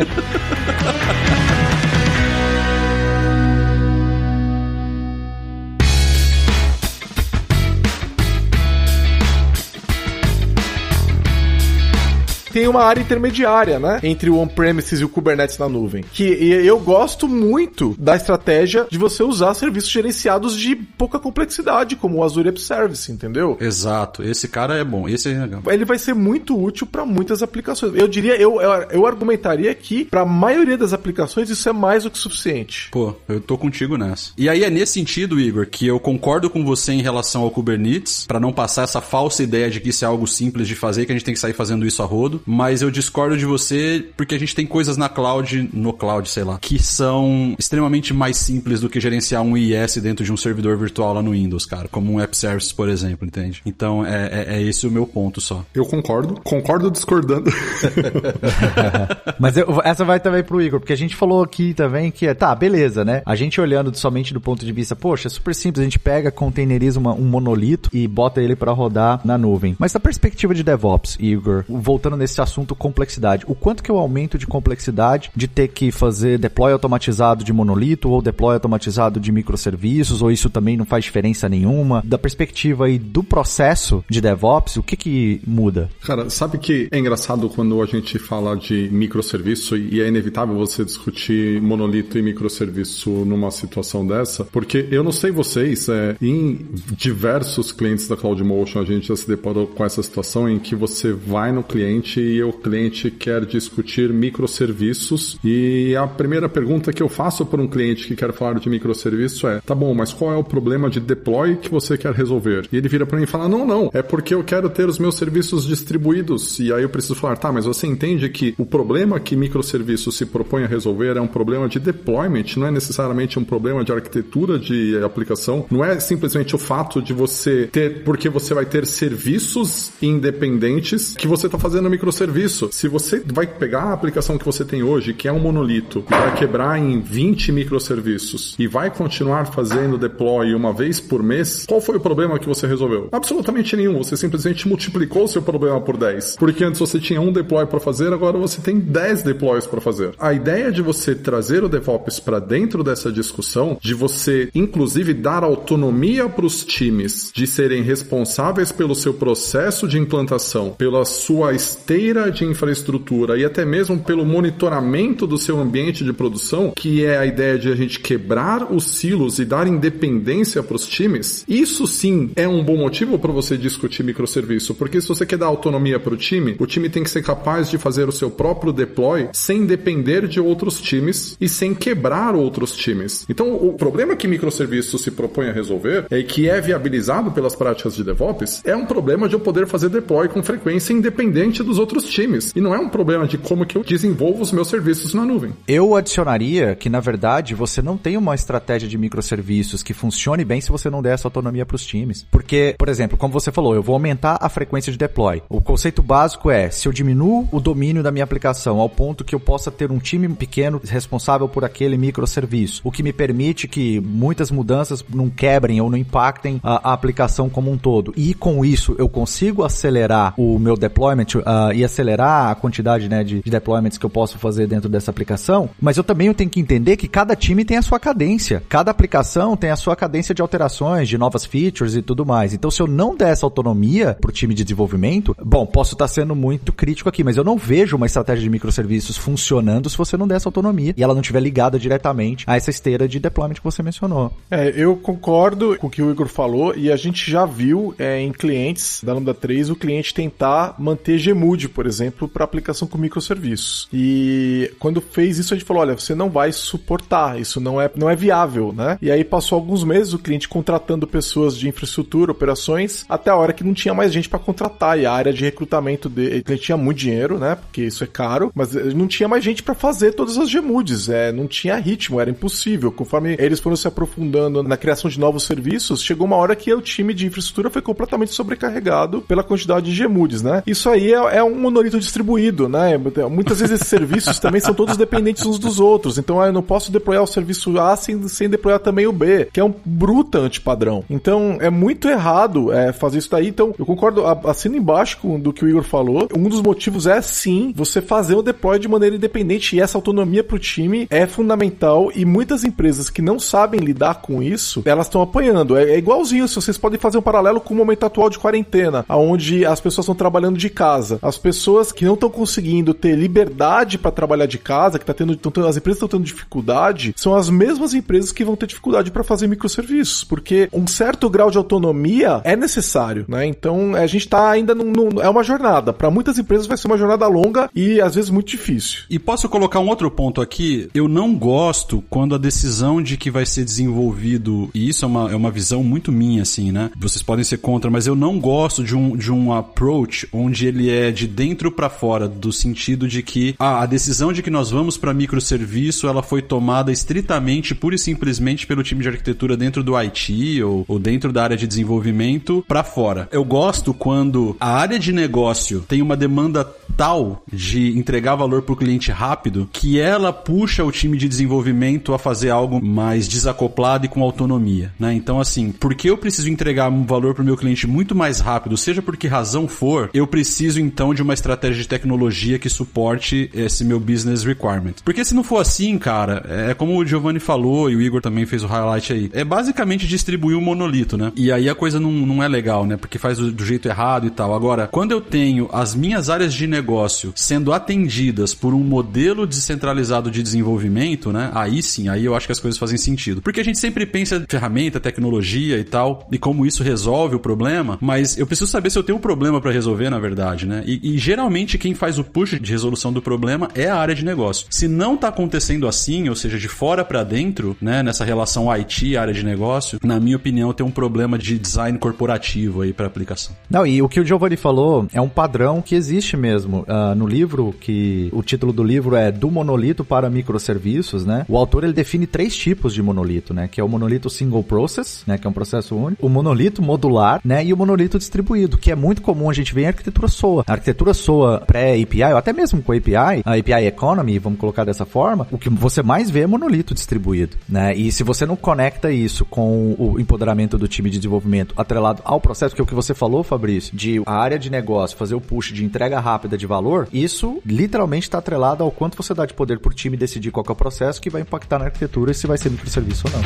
B: aqui.
E: Tem uma área intermediária, né? Entre o on-premises e o Kubernetes na nuvem. Que eu gosto muito da estratégia de você usar serviços gerenciados de pouca complexidade, como o Azure App Service, entendeu?
B: Exato. Esse cara é bom. Esse é legal.
E: Ele vai ser muito útil para muitas aplicações. Eu diria, eu argumentaria que para a maioria das aplicações isso é mais do que suficiente.
B: Pô, eu tô contigo nessa. E aí é nesse sentido, Igor, que eu concordo com você em relação ao Kubernetes, para não passar essa falsa ideia de que isso é algo simples de fazer, que a gente tem que sair fazendo isso a rodo. Mas eu discordo de você porque a gente tem coisas no cloud, sei lá, que são extremamente mais simples do que gerenciar um IIS dentro de um servidor virtual lá no Windows, cara, como um App Service, por exemplo, entende? Então, é esse o meu ponto só.
D: Eu concordo discordando.
C: Mas essa vai também pro Igor, porque a gente falou aqui também que beleza, né? A gente olhando somente do ponto de vista, poxa, é super simples, a gente pega, containeriza um monolito e bota ele pra rodar na nuvem. Mas da perspectiva de DevOps, Igor, voltando nesse assunto complexidade, o quanto que é o aumento de complexidade de ter que fazer deploy automatizado de monolito ou deploy automatizado de microserviços, ou isso também não faz diferença nenhuma? Da perspectiva aí do processo de DevOps, o que muda?
D: Cara, sabe que é engraçado quando a gente fala de microserviço e é inevitável você discutir monolito e microserviço numa situação dessa, porque eu não sei vocês, em diversos clientes da CloudMotion a gente já se deparou com essa situação em que você vai no cliente que o cliente quer discutir microserviços, e a primeira pergunta que eu faço para um cliente que quer falar de microserviço é: tá bom, mas qual é o problema de deploy que você quer resolver? E ele vira para mim e fala: não, é porque eu quero ter os meus serviços distribuídos. E aí eu preciso falar: tá, mas você entende que o problema que microserviço se propõe a resolver é um problema de deployment, não é necessariamente um problema de arquitetura de aplicação, não é simplesmente o fato de você ter, porque você vai ter serviços independentes que você está fazendo microserviço. Se você vai pegar a aplicação que você tem hoje, que é um monolito, e vai quebrar em 20 microserviços e vai continuar fazendo deploy uma vez por mês, qual foi o problema que você resolveu? Absolutamente nenhum. Você simplesmente multiplicou o seu problema por 10. Porque antes você tinha um deploy para fazer, agora você tem 10 deploys para fazer. A ideia de você trazer o DevOps para dentro dessa discussão, de você inclusive dar autonomia para os times de serem responsáveis pelo seu processo de implantação, pela sua esteira de infraestrutura e até mesmo pelo monitoramento do seu ambiente de produção, que é a ideia de a gente quebrar os silos e dar independência para os times, isso sim é um bom motivo para você discutir microserviço, porque se você quer dar autonomia para o time tem que ser capaz de fazer o seu próprio deploy sem depender de outros times e sem quebrar outros times. Então, o problema que microserviço se propõe a resolver, e que é viabilizado pelas práticas de DevOps, é um problema de eu poder fazer deploy com frequência independente dos outros times. E não é um problema de como que eu desenvolvo os meus serviços na nuvem.
C: Eu adicionaria que, na verdade, você não tem uma estratégia de microserviços que funcione bem se você não der essa autonomia para os times. Porque, por exemplo, como você falou, eu vou aumentar a frequência de deploy. O conceito básico é, se eu diminuo o domínio da minha aplicação ao ponto que eu possa ter um time pequeno responsável por aquele microserviço, o que me permite que muitas mudanças não quebrem ou não impactem a aplicação como um todo. E com isso eu consigo acelerar o meu deployment e acelerar a quantidade, né, de deployments que eu posso fazer dentro dessa aplicação, mas eu também tenho que entender que cada time tem a sua cadência. Cada aplicação tem a sua cadência de alterações, de novas features e tudo mais. Então, se eu não der essa autonomia pro time de desenvolvimento, bom, posso estar sendo muito crítico aqui, mas eu não vejo uma estratégia de microserviços funcionando se você não der essa autonomia e ela não estiver ligada diretamente a essa esteira de deployment que você mencionou.
E: Eu concordo com o que o Igor falou, e a gente já viu em clientes da Lambda 3 o cliente tentar manter Gmood, por exemplo, para aplicação com microserviços. E quando fez isso, a gente falou: olha, você não vai suportar, isso não é viável, né? E aí passou alguns meses o cliente contratando pessoas de infraestrutura, operações, até a hora que não tinha mais gente para contratar, e a área de recrutamento dele, ele tinha muito dinheiro, né? Porque isso é caro, mas não tinha mais gente para fazer todas as Gmoods, não tinha ritmo, era impossível. Conforme eles foram se aprofundando na criação de novos serviços, chegou uma hora que o time de infraestrutura foi completamente sobrecarregado pela quantidade de Gmoods, né? Isso aí é um monolito distribuído, né? Muitas vezes esses serviços também são todos dependentes uns dos outros, então eu não posso deployar o serviço A sem deployar também o B, que é um bruta antipadrão. Então é muito errado fazer isso daí. Então eu concordo, assino embaixo do que o Igor falou. Um dos motivos é sim você fazer o deploy de maneira independente, e essa autonomia pro time é fundamental, e muitas empresas que não sabem lidar com isso, elas estão apanhando. É igualzinho, se vocês podem fazer um paralelo com o momento atual de quarentena, onde as pessoas estão trabalhando de casa. As pessoas que não estão conseguindo ter liberdade para trabalhar de casa, que as empresas estão tendo dificuldade, são as mesmas empresas que vão ter dificuldade para fazer microserviços, porque um certo grau de autonomia é necessário, né? Então a gente está ainda é uma jornada. Para muitas empresas vai ser uma jornada longa e às vezes muito difícil.
B: E posso colocar um outro ponto aqui? Eu não gosto quando a decisão de que vai ser desenvolvido, e isso é uma visão muito minha, assim, né? Vocês podem ser contra, mas eu não gosto de um approach onde ele é de dentro para fora, do sentido de que a decisão de que nós vamos para microserviço, ela foi tomada estritamente, pura e simplesmente pelo time de arquitetura dentro do IT ou dentro da área de desenvolvimento para fora. Eu gosto quando a área de negócio tem uma demanda tal de entregar valor para o cliente rápido que ela puxa o time de desenvolvimento a fazer algo mais desacoplado e com autonomia, né? Então, assim, porque eu preciso entregar um valor para o meu cliente muito mais rápido, seja por que razão for, eu preciso então de uma estratégia de tecnologia que suporte esse meu business requirement. Porque se não for assim, cara, é como o Giovanni falou e o Igor também fez o highlight aí, é basicamente distribuir um monolito, né? E aí a coisa não é legal, né? Porque faz do jeito errado e tal. Agora, quando eu tenho as minhas áreas de negócio negócio sendo atendidas por um modelo descentralizado de desenvolvimento, né? Aí sim, aí eu acho que as coisas fazem sentido. Porque a gente sempre pensa em ferramenta, tecnologia e tal, e como isso resolve o problema, mas eu preciso saber se eu tenho um problema para resolver, na verdade, né? E geralmente quem faz o push de resolução do problema é a área de negócio. Se não tá acontecendo assim, ou seja, de fora para dentro, né, nessa relação IT, área de negócio, na minha opinião, tem um problema de design corporativo aí para aplicação.
C: Não, e o que o Giovanni falou é um padrão que existe mesmo. No livro, que o título do livro é Do Monolito para Microserviços, né? O autor, ele define 3 tipos de monolito, né? Que é o monolito single process, né? Que é um processo único. O monolito modular, né? E o monolito distribuído, que é muito comum a gente ver em arquitetura SOA. A arquitetura SOA pré-API, ou até mesmo com API, a API Economy, vamos colocar dessa forma, o que você mais vê é monolito distribuído, né? E se você não conecta isso com o empoderamento do time de desenvolvimento atrelado ao processo, que é o que você falou, Fabrício, de a área de negócio fazer o push de entrega rápida de valor, isso literalmente está atrelado ao quanto você dá de poder por time decidir qual que é o processo que vai impactar na arquitetura e se vai ser microserviço ou não.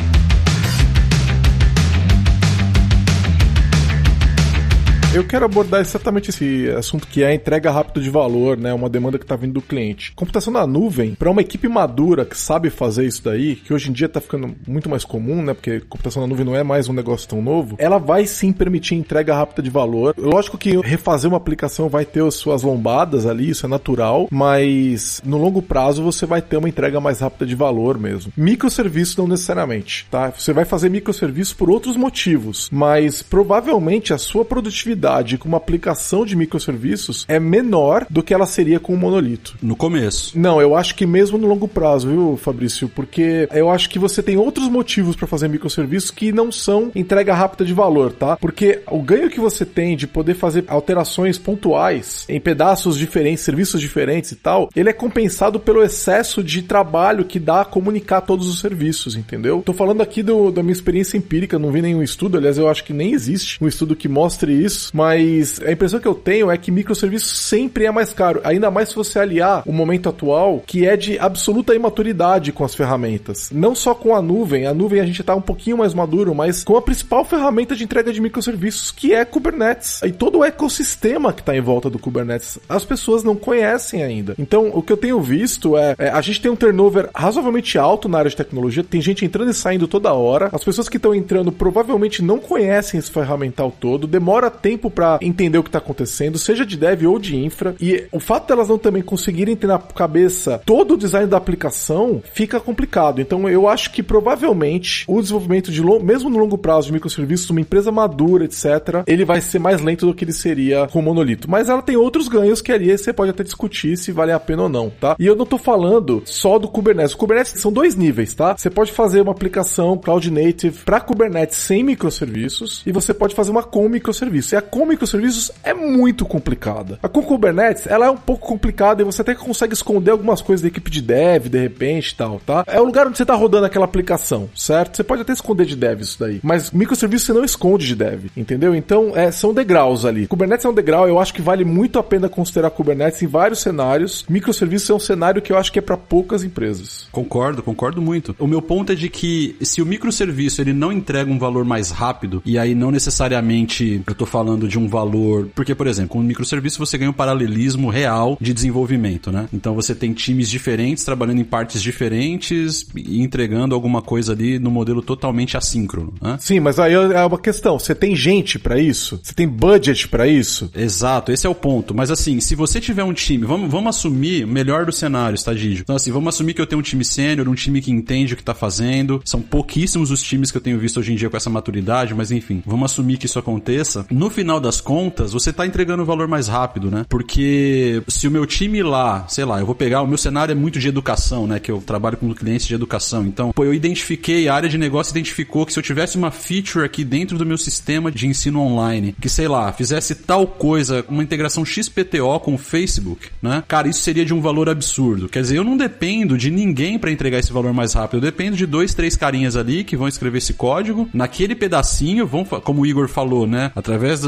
E: Eu quero abordar exatamente esse assunto que é a entrega rápida de valor, né? Uma demanda que está vindo do cliente. Computação na nuvem, para uma equipe madura que sabe fazer isso daí, que hoje em dia está ficando muito mais comum, né? Porque computação na nuvem não é mais um negócio tão novo, ela vai sim permitir entrega rápida de valor. Lógico que refazer uma aplicação vai ter as suas lombadas ali, isso é natural, mas no longo prazo você vai ter uma entrega mais rápida de valor mesmo. Microserviços não necessariamente, tá? Você vai fazer microserviços por outros motivos, mas provavelmente a sua produtividade com uma aplicação de microserviços é menor do que ela seria com um monolito.
B: No começo.
E: Não, eu acho que mesmo no longo prazo, viu, Fabrício? Porque eu acho que você tem outros motivos para fazer microserviços que não são entrega rápida de valor, tá? Porque o ganho que você tem de poder fazer alterações pontuais em pedaços diferentes, serviços diferentes e tal, ele é compensado pelo excesso de trabalho que dá a comunicar todos os serviços, entendeu? Tô falando aqui da minha experiência empírica, não vi nenhum estudo, aliás, eu acho que nem existe um estudo que mostre isso, mas a impressão que eu tenho é que microserviço sempre é mais caro, ainda mais se você aliar o momento atual, que é de absoluta imaturidade com as ferramentas. Não só com a nuvem a gente tá um pouquinho mais maduro, mas com a principal ferramenta de entrega de microserviços, que é Kubernetes. E todo o ecossistema que tá em volta do Kubernetes, as pessoas não conhecem ainda. Então, o que eu tenho visto a gente tem um turnover razoavelmente alto na área de tecnologia, tem gente entrando e saindo toda hora, as pessoas que estão entrando provavelmente não conhecem esse ferramental todo, demora tempo para entender o que está acontecendo, seja de dev ou de infra, e o fato delas não também conseguirem ter na cabeça todo o design da aplicação fica complicado. Então eu acho que provavelmente o desenvolvimento mesmo no longo prazo de microserviços, uma empresa madura, etc., ele vai ser mais lento do que ele seria com o monolito. Mas ela tem outros ganhos que ali você pode até discutir se vale a pena ou não, tá? E eu não tô falando só do Kubernetes. O Kubernetes são 2 níveis, tá? Você pode fazer uma aplicação Cloud Native para Kubernetes sem microserviços e você pode fazer uma com microserviços. E a com microserviços é muito complicada. A com Kubernetes, ela é um pouco complicada e você até consegue esconder algumas coisas da equipe de dev, de repente e tal, tá? É o lugar onde você tá rodando aquela aplicação, certo? Você pode até esconder de dev isso daí, mas microserviços você não esconde de dev, entendeu? Então, são degraus ali. Kubernetes é um degrau, eu acho que vale muito a pena considerar Kubernetes em vários cenários. Microserviços é um cenário que eu acho que é para poucas empresas.
B: Concordo muito. O meu ponto é de que se o microserviço ele não entrega um valor mais rápido, e aí não necessariamente eu tô falando de um valor, porque, por exemplo, com o microserviço você ganha um paralelismo real de desenvolvimento, né? Então você tem times diferentes trabalhando em partes diferentes e entregando alguma coisa ali no modelo totalmente assíncrono, né?
E: Sim, mas aí é uma questão, você tem gente pra isso? Você tem budget pra isso?
B: Exato, esse é o ponto. Mas assim, se você tiver um time, vamos assumir o melhor dos cenários, tá, Gigi? Então assim, vamos assumir que eu tenho um time sênior, um time que entende o que tá fazendo. São pouquíssimos os times que eu tenho visto hoje em dia com essa maturidade, mas enfim, vamos assumir que isso aconteça. No final das contas, você tá entregando o valor mais rápido, né? Porque se o meu time lá, sei lá, eu vou pegar, o meu cenário é muito de educação, né? Que eu trabalho com clientes de educação. Então, eu identifiquei, a área de negócio identificou que se eu tivesse uma feature aqui dentro do meu sistema de ensino online, que, sei lá, fizesse tal coisa, uma integração XPTO com o Facebook, né? Cara, isso seria de um valor absurdo. Quer dizer, eu não dependo de ninguém para entregar esse valor mais rápido. Eu dependo de 2, 3 carinhas ali que vão escrever esse código. Naquele pedacinho, como o Igor falou, né? Através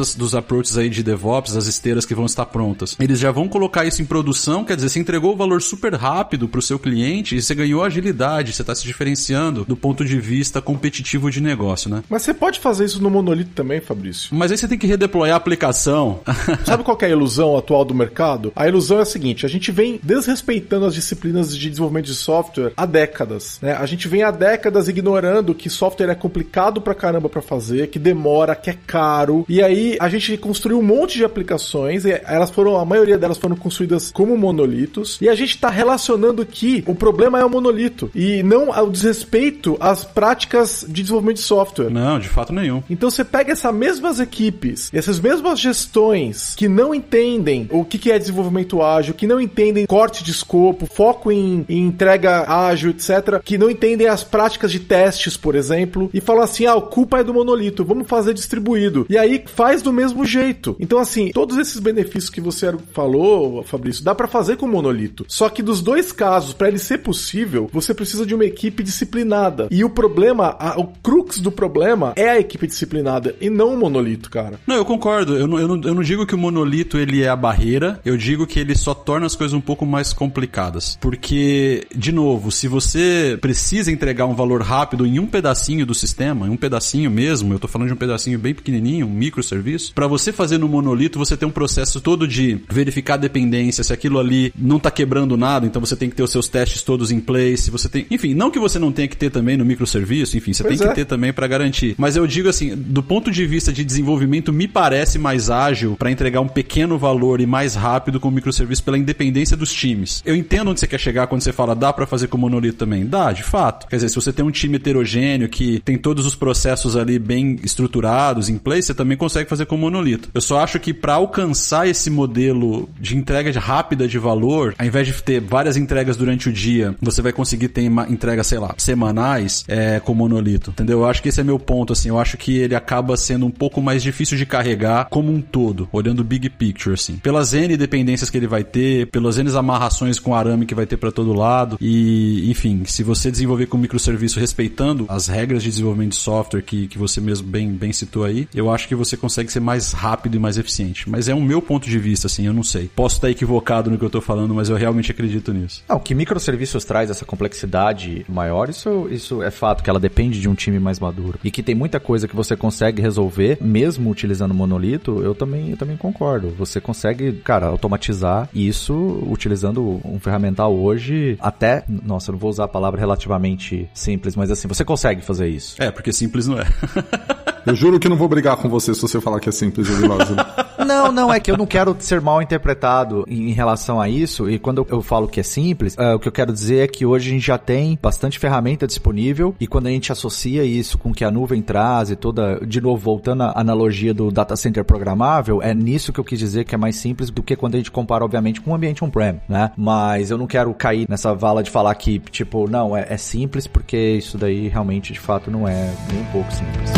B: dos approaches aí de DevOps, das esteiras que vão estar prontas, eles já vão colocar isso em produção, quer dizer, você entregou o valor super rápido pro seu cliente e você ganhou agilidade, você tá se diferenciando do ponto de vista competitivo de negócio, né?
E: Mas você pode fazer isso no monolito também, Fabrício.
B: Mas aí você tem que redeployar a aplicação.
E: Sabe qual que é a ilusão atual do mercado? A ilusão é a seguinte, a gente vem desrespeitando as disciplinas de desenvolvimento de software há décadas, né? A gente vem há décadas ignorando que software é complicado pra caramba pra fazer, que demora, que é caro, e aí a gente construiu um monte de aplicações, e a maioria delas foram construídas como monolitos, e a gente tá relacionando que o problema é o monolito, e não o desrespeito às práticas de desenvolvimento de software.
B: Não, de fato nenhum.
E: Então você pega essas mesmas equipes, essas mesmas gestões que não entendem o que é desenvolvimento ágil, que não entendem corte de escopo, foco em entrega ágil, etc., que não entendem as práticas de testes, por exemplo, e falam assim, a culpa é do monolito, vamos fazer distribuído. E aí faz do mesmo jeito. Então, assim, todos esses benefícios que você falou, Fabrício, dá pra fazer com o monolito. Só que dos dois casos, pra ele ser possível, você precisa de uma equipe disciplinada. E o problema, o crux do problema é a equipe disciplinada e não o monolito, cara.
B: Não, eu concordo. Eu não digo que o monolito ele é a barreira, eu digo que ele só torna as coisas um pouco mais complicadas. Porque, de novo, se você precisa entregar um valor rápido em um pedacinho do sistema, em um pedacinho mesmo, eu tô falando de um pedacinho bem pequenininho, um microserviço, pra você fazer no monolito, você tem um processo todo de verificar a dependência, se aquilo ali não tá quebrando nada, então você tem que ter os seus testes todos em place, você tem... Enfim, não que você não tenha que ter também no microserviço, enfim, você tem que ter também pra garantir. Mas eu digo assim, do ponto de vista de desenvolvimento, me parece mais ágil pra entregar um pequeno valor e mais rápido com o microserviço pela independência dos times. Eu entendo onde você quer chegar quando você fala, dá pra fazer com o monolito também? Dá, de fato. Quer dizer, se você tem um time heterogêneo que tem todos os processos ali bem estruturados, em place, você também consegue fazer com o monolito. Eu só acho que para alcançar esse modelo de entrega rápida de valor, ao invés de ter várias entregas durante o dia, você vai conseguir ter entregas, sei lá, semanais com o monolito, entendeu? Eu acho que esse é meu ponto, assim. Eu acho que ele acaba sendo um pouco mais difícil de carregar como um todo, olhando o big picture, assim. Pelas N dependências que ele vai ter, pelas N amarrações com arame que vai ter para todo lado e, enfim, se você desenvolver com microserviço respeitando as regras de desenvolvimento de software que você mesmo bem citou aí, eu acho que você consegue ser mais rápido e mais eficiente. Mas é um meu ponto de vista, assim, eu não sei. Posso estar equivocado no que eu tô falando, mas eu realmente acredito nisso.
C: O que microserviços traz essa complexidade maior, isso é fato, que ela depende de um time mais maduro. E que tem muita coisa que você consegue resolver, mesmo utilizando monolito, eu também concordo. Você consegue, cara, automatizar isso utilizando um ferramental hoje até, nossa, eu não vou usar a palavra relativamente simples, mas assim, você consegue fazer isso.
B: Porque simples não é.
D: Eu juro que não vou brigar com você se você falar que é simples, Lázaro.
C: Não, é que eu não quero ser mal interpretado em relação a isso, e quando eu falo que é simples, o que eu quero dizer é que hoje a gente já tem bastante ferramenta disponível, e quando a gente associa isso com o que a nuvem traz e toda, de novo, voltando à analogia do data center programável, é nisso que eu quis dizer que é mais simples do que quando a gente compara, obviamente, com um ambiente on-prem, né? Mas eu não quero cair nessa vala de falar que, tipo, não, é simples, porque isso daí realmente, de fato, não é nem um pouco simples.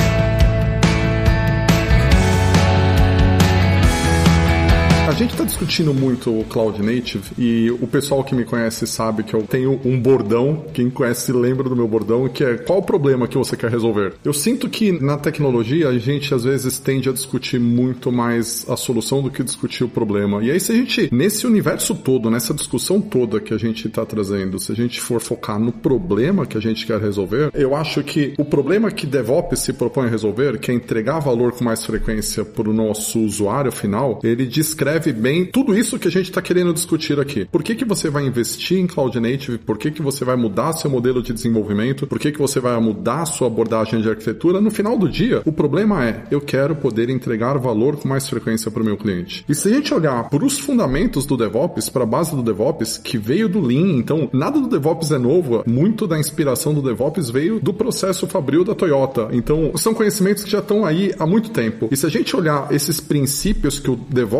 D: A gente está discutindo muito o Cloud Native e o pessoal que me conhece sabe que eu tenho um bordão, quem conhece lembra do meu bordão, que é qual o problema que você quer resolver. Eu sinto que na tecnologia a gente às vezes tende a discutir muito mais a solução do que discutir o problema. E aí se a gente, nesse universo todo, nessa discussão toda que a gente está trazendo, se a gente for focar no problema que a gente quer resolver, eu acho que o problema que DevOps se propõe a resolver, que é entregar valor com mais frequência para o nosso usuário final, ele descreve bem tudo isso que a gente está querendo discutir aqui. Por que você vai investir em Cloud Native? Por que você vai mudar seu modelo de desenvolvimento? Por que você vai mudar sua abordagem de arquitetura? No final do dia, o problema é, eu quero poder entregar valor com mais frequência para o meu cliente. E se a gente olhar para os fundamentos do DevOps, para a base do DevOps, que veio do Lean, então nada do DevOps é novo, muito da inspiração do DevOps veio do processo fabril da Toyota. Então, são conhecimentos que já estão aí há muito tempo. E se a gente olhar esses princípios que o DevOps trouxe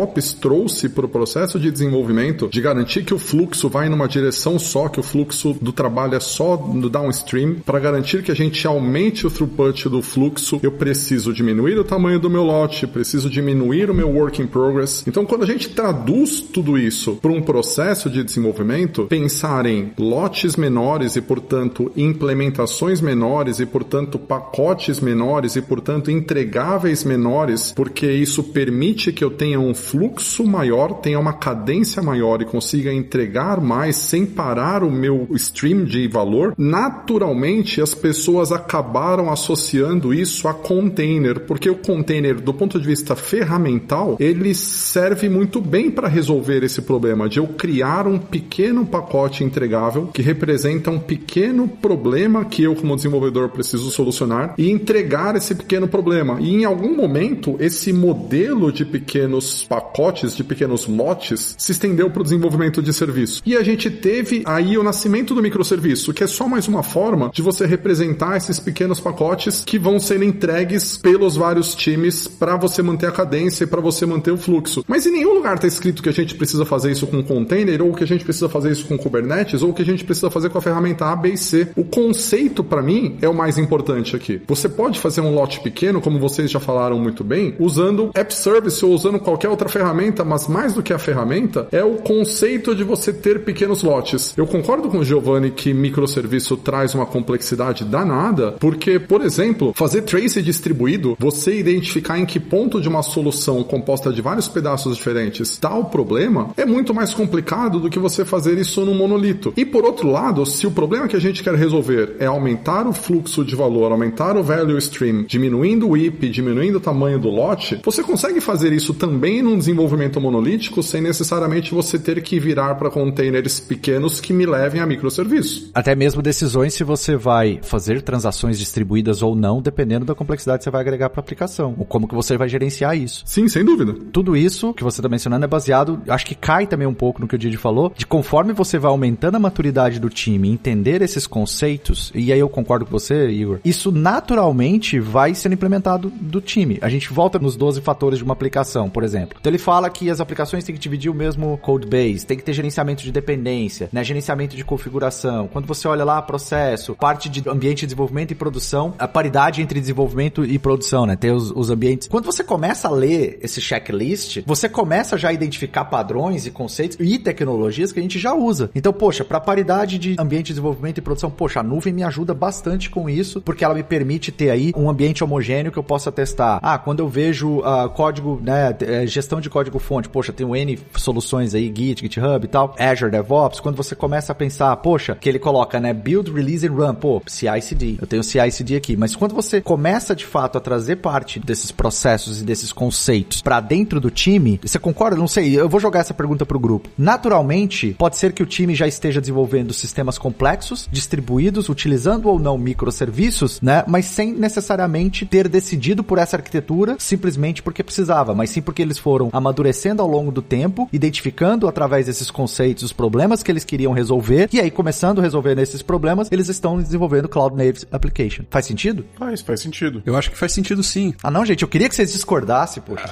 D: trouxe para o processo de desenvolvimento, de garantir que o fluxo vai numa direção só, que o fluxo do trabalho é só no downstream, para garantir que a gente aumente o throughput do fluxo, eu preciso diminuir o tamanho do meu lote, preciso diminuir o meu work in progress. Então, quando a gente traduz tudo isso para um processo de desenvolvimento, pensar em lotes menores e, portanto, implementações menores e, portanto, pacotes menores e, portanto, entregáveis menores, porque isso permite que eu tenha um fluxo maior, tenha uma cadência maior e consiga entregar mais sem parar o meu stream de valor. Naturalmente, as pessoas acabaram associando isso a container, porque o container, do ponto de vista ferramental, ele serve muito bem para resolver esse problema de eu criar um pequeno pacote entregável que representa um pequeno problema que eu, como desenvolvedor, preciso solucionar e entregar esse pequeno problema. E em algum momento, esse modelo de pequenos pacotes, de pequenos lotes, se estendeu para o desenvolvimento de serviço. E a gente teve aí o nascimento do microserviço, que é só mais uma forma de você representar esses pequenos pacotes que vão ser entregues pelos vários times para você manter a cadência e para você manter o fluxo. Mas em nenhum lugar está escrito que a gente precisa fazer isso com container, ou que a gente precisa fazer isso com Kubernetes, ou que a gente precisa fazer com a ferramenta A, B e C. O conceito, para mim, é o mais importante aqui. Você pode fazer um lote pequeno, como vocês já falaram muito bem, usando App Service ou usando qualquer outra ferramenta, mas mais do que a ferramenta, é o conceito de você ter pequenos lotes. Eu concordo com o Giovanni que microserviço traz uma complexidade danada, porque, por exemplo, fazer trace distribuído, você identificar em que ponto de uma solução composta de vários pedaços diferentes está o problema, é muito mais complicado do que você fazer isso num monolito. E por outro lado, se o problema que a gente quer resolver é aumentar o fluxo de valor, aumentar o value stream, diminuindo o IP, diminuindo o tamanho do lote, você consegue fazer isso também num desenvolvimento monolítico sem necessariamente você ter que virar para containers pequenos que me levem a microserviço.
C: Até mesmo decisões se você vai fazer transações distribuídas ou não, dependendo da complexidade que você vai agregar para a aplicação, ou como que você vai gerenciar isso.
D: Sim, sem dúvida.
C: Tudo isso que você está mencionando é baseado, acho que cai também um pouco no que o Didi falou, de conforme você vai aumentando a maturidade do time, entender esses conceitos, e aí eu concordo com você, Igor, isso naturalmente vai sendo implementado do time. A gente volta nos 12 fatores de uma aplicação, por exemplo. Então ele fala que as aplicações têm que dividir o mesmo code base, tem que ter gerenciamento de dependência, né, gerenciamento de configuração. Quando você olha lá processo, parte de ambiente de desenvolvimento e produção, a paridade entre desenvolvimento e produção, né, ter os ambientes. Quando você começa a ler esse checklist, você começa já a identificar padrões e conceitos e tecnologias que a gente já usa. Então, poxa, para paridade de ambiente de desenvolvimento e produção, poxa, a nuvem me ajuda bastante com isso, porque ela me permite ter aí um ambiente homogêneo que eu possa testar. Quando eu vejo código, né, gestão de código-fonte, poxa, tem N soluções aí, Git, GitHub e tal, Azure DevOps, quando você começa a pensar, poxa, que ele coloca, né, build, release and run, pô, CI/CD, eu tenho CI/CD aqui, mas quando você começa de fato a trazer parte desses processos e desses conceitos para dentro do time, você concorda? Não sei, eu vou jogar essa pergunta pro grupo. Naturalmente, pode ser que o time já esteja desenvolvendo sistemas complexos, distribuídos, utilizando ou não microserviços, né, mas sem necessariamente ter decidido por essa arquitetura simplesmente porque precisava, mas sim porque eles foram amadurecendo ao longo do tempo, identificando através desses conceitos os problemas que eles queriam resolver, e aí começando a resolver esses problemas, eles estão desenvolvendo Cloud Native Application. Faz sentido?
E: Faz sentido.
B: Eu acho que faz sentido sim.
C: Não, gente, eu queria que vocês discordassem, poxa.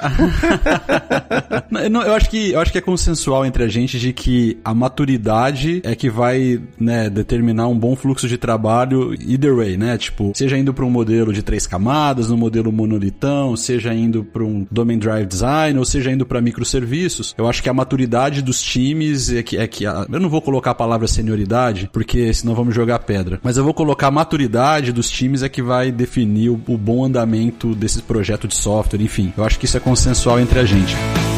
B: Eu acho que é consensual entre a gente de que a maturidade é que vai, né, determinar um bom fluxo de trabalho either way, né? Tipo, seja indo para um modelo de 3 camadas, no modelo monolitão, seja indo para um Domain Drive Design, ou seja indo para microserviços. Eu acho que a maturidade dos times eu não vou colocar a palavra senioridade, porque senão vamos jogar pedra. Mas eu vou colocar a maturidade dos times é que vai definir o bom andamento desse projeto de software, enfim. Eu acho que isso é consensual entre a gente.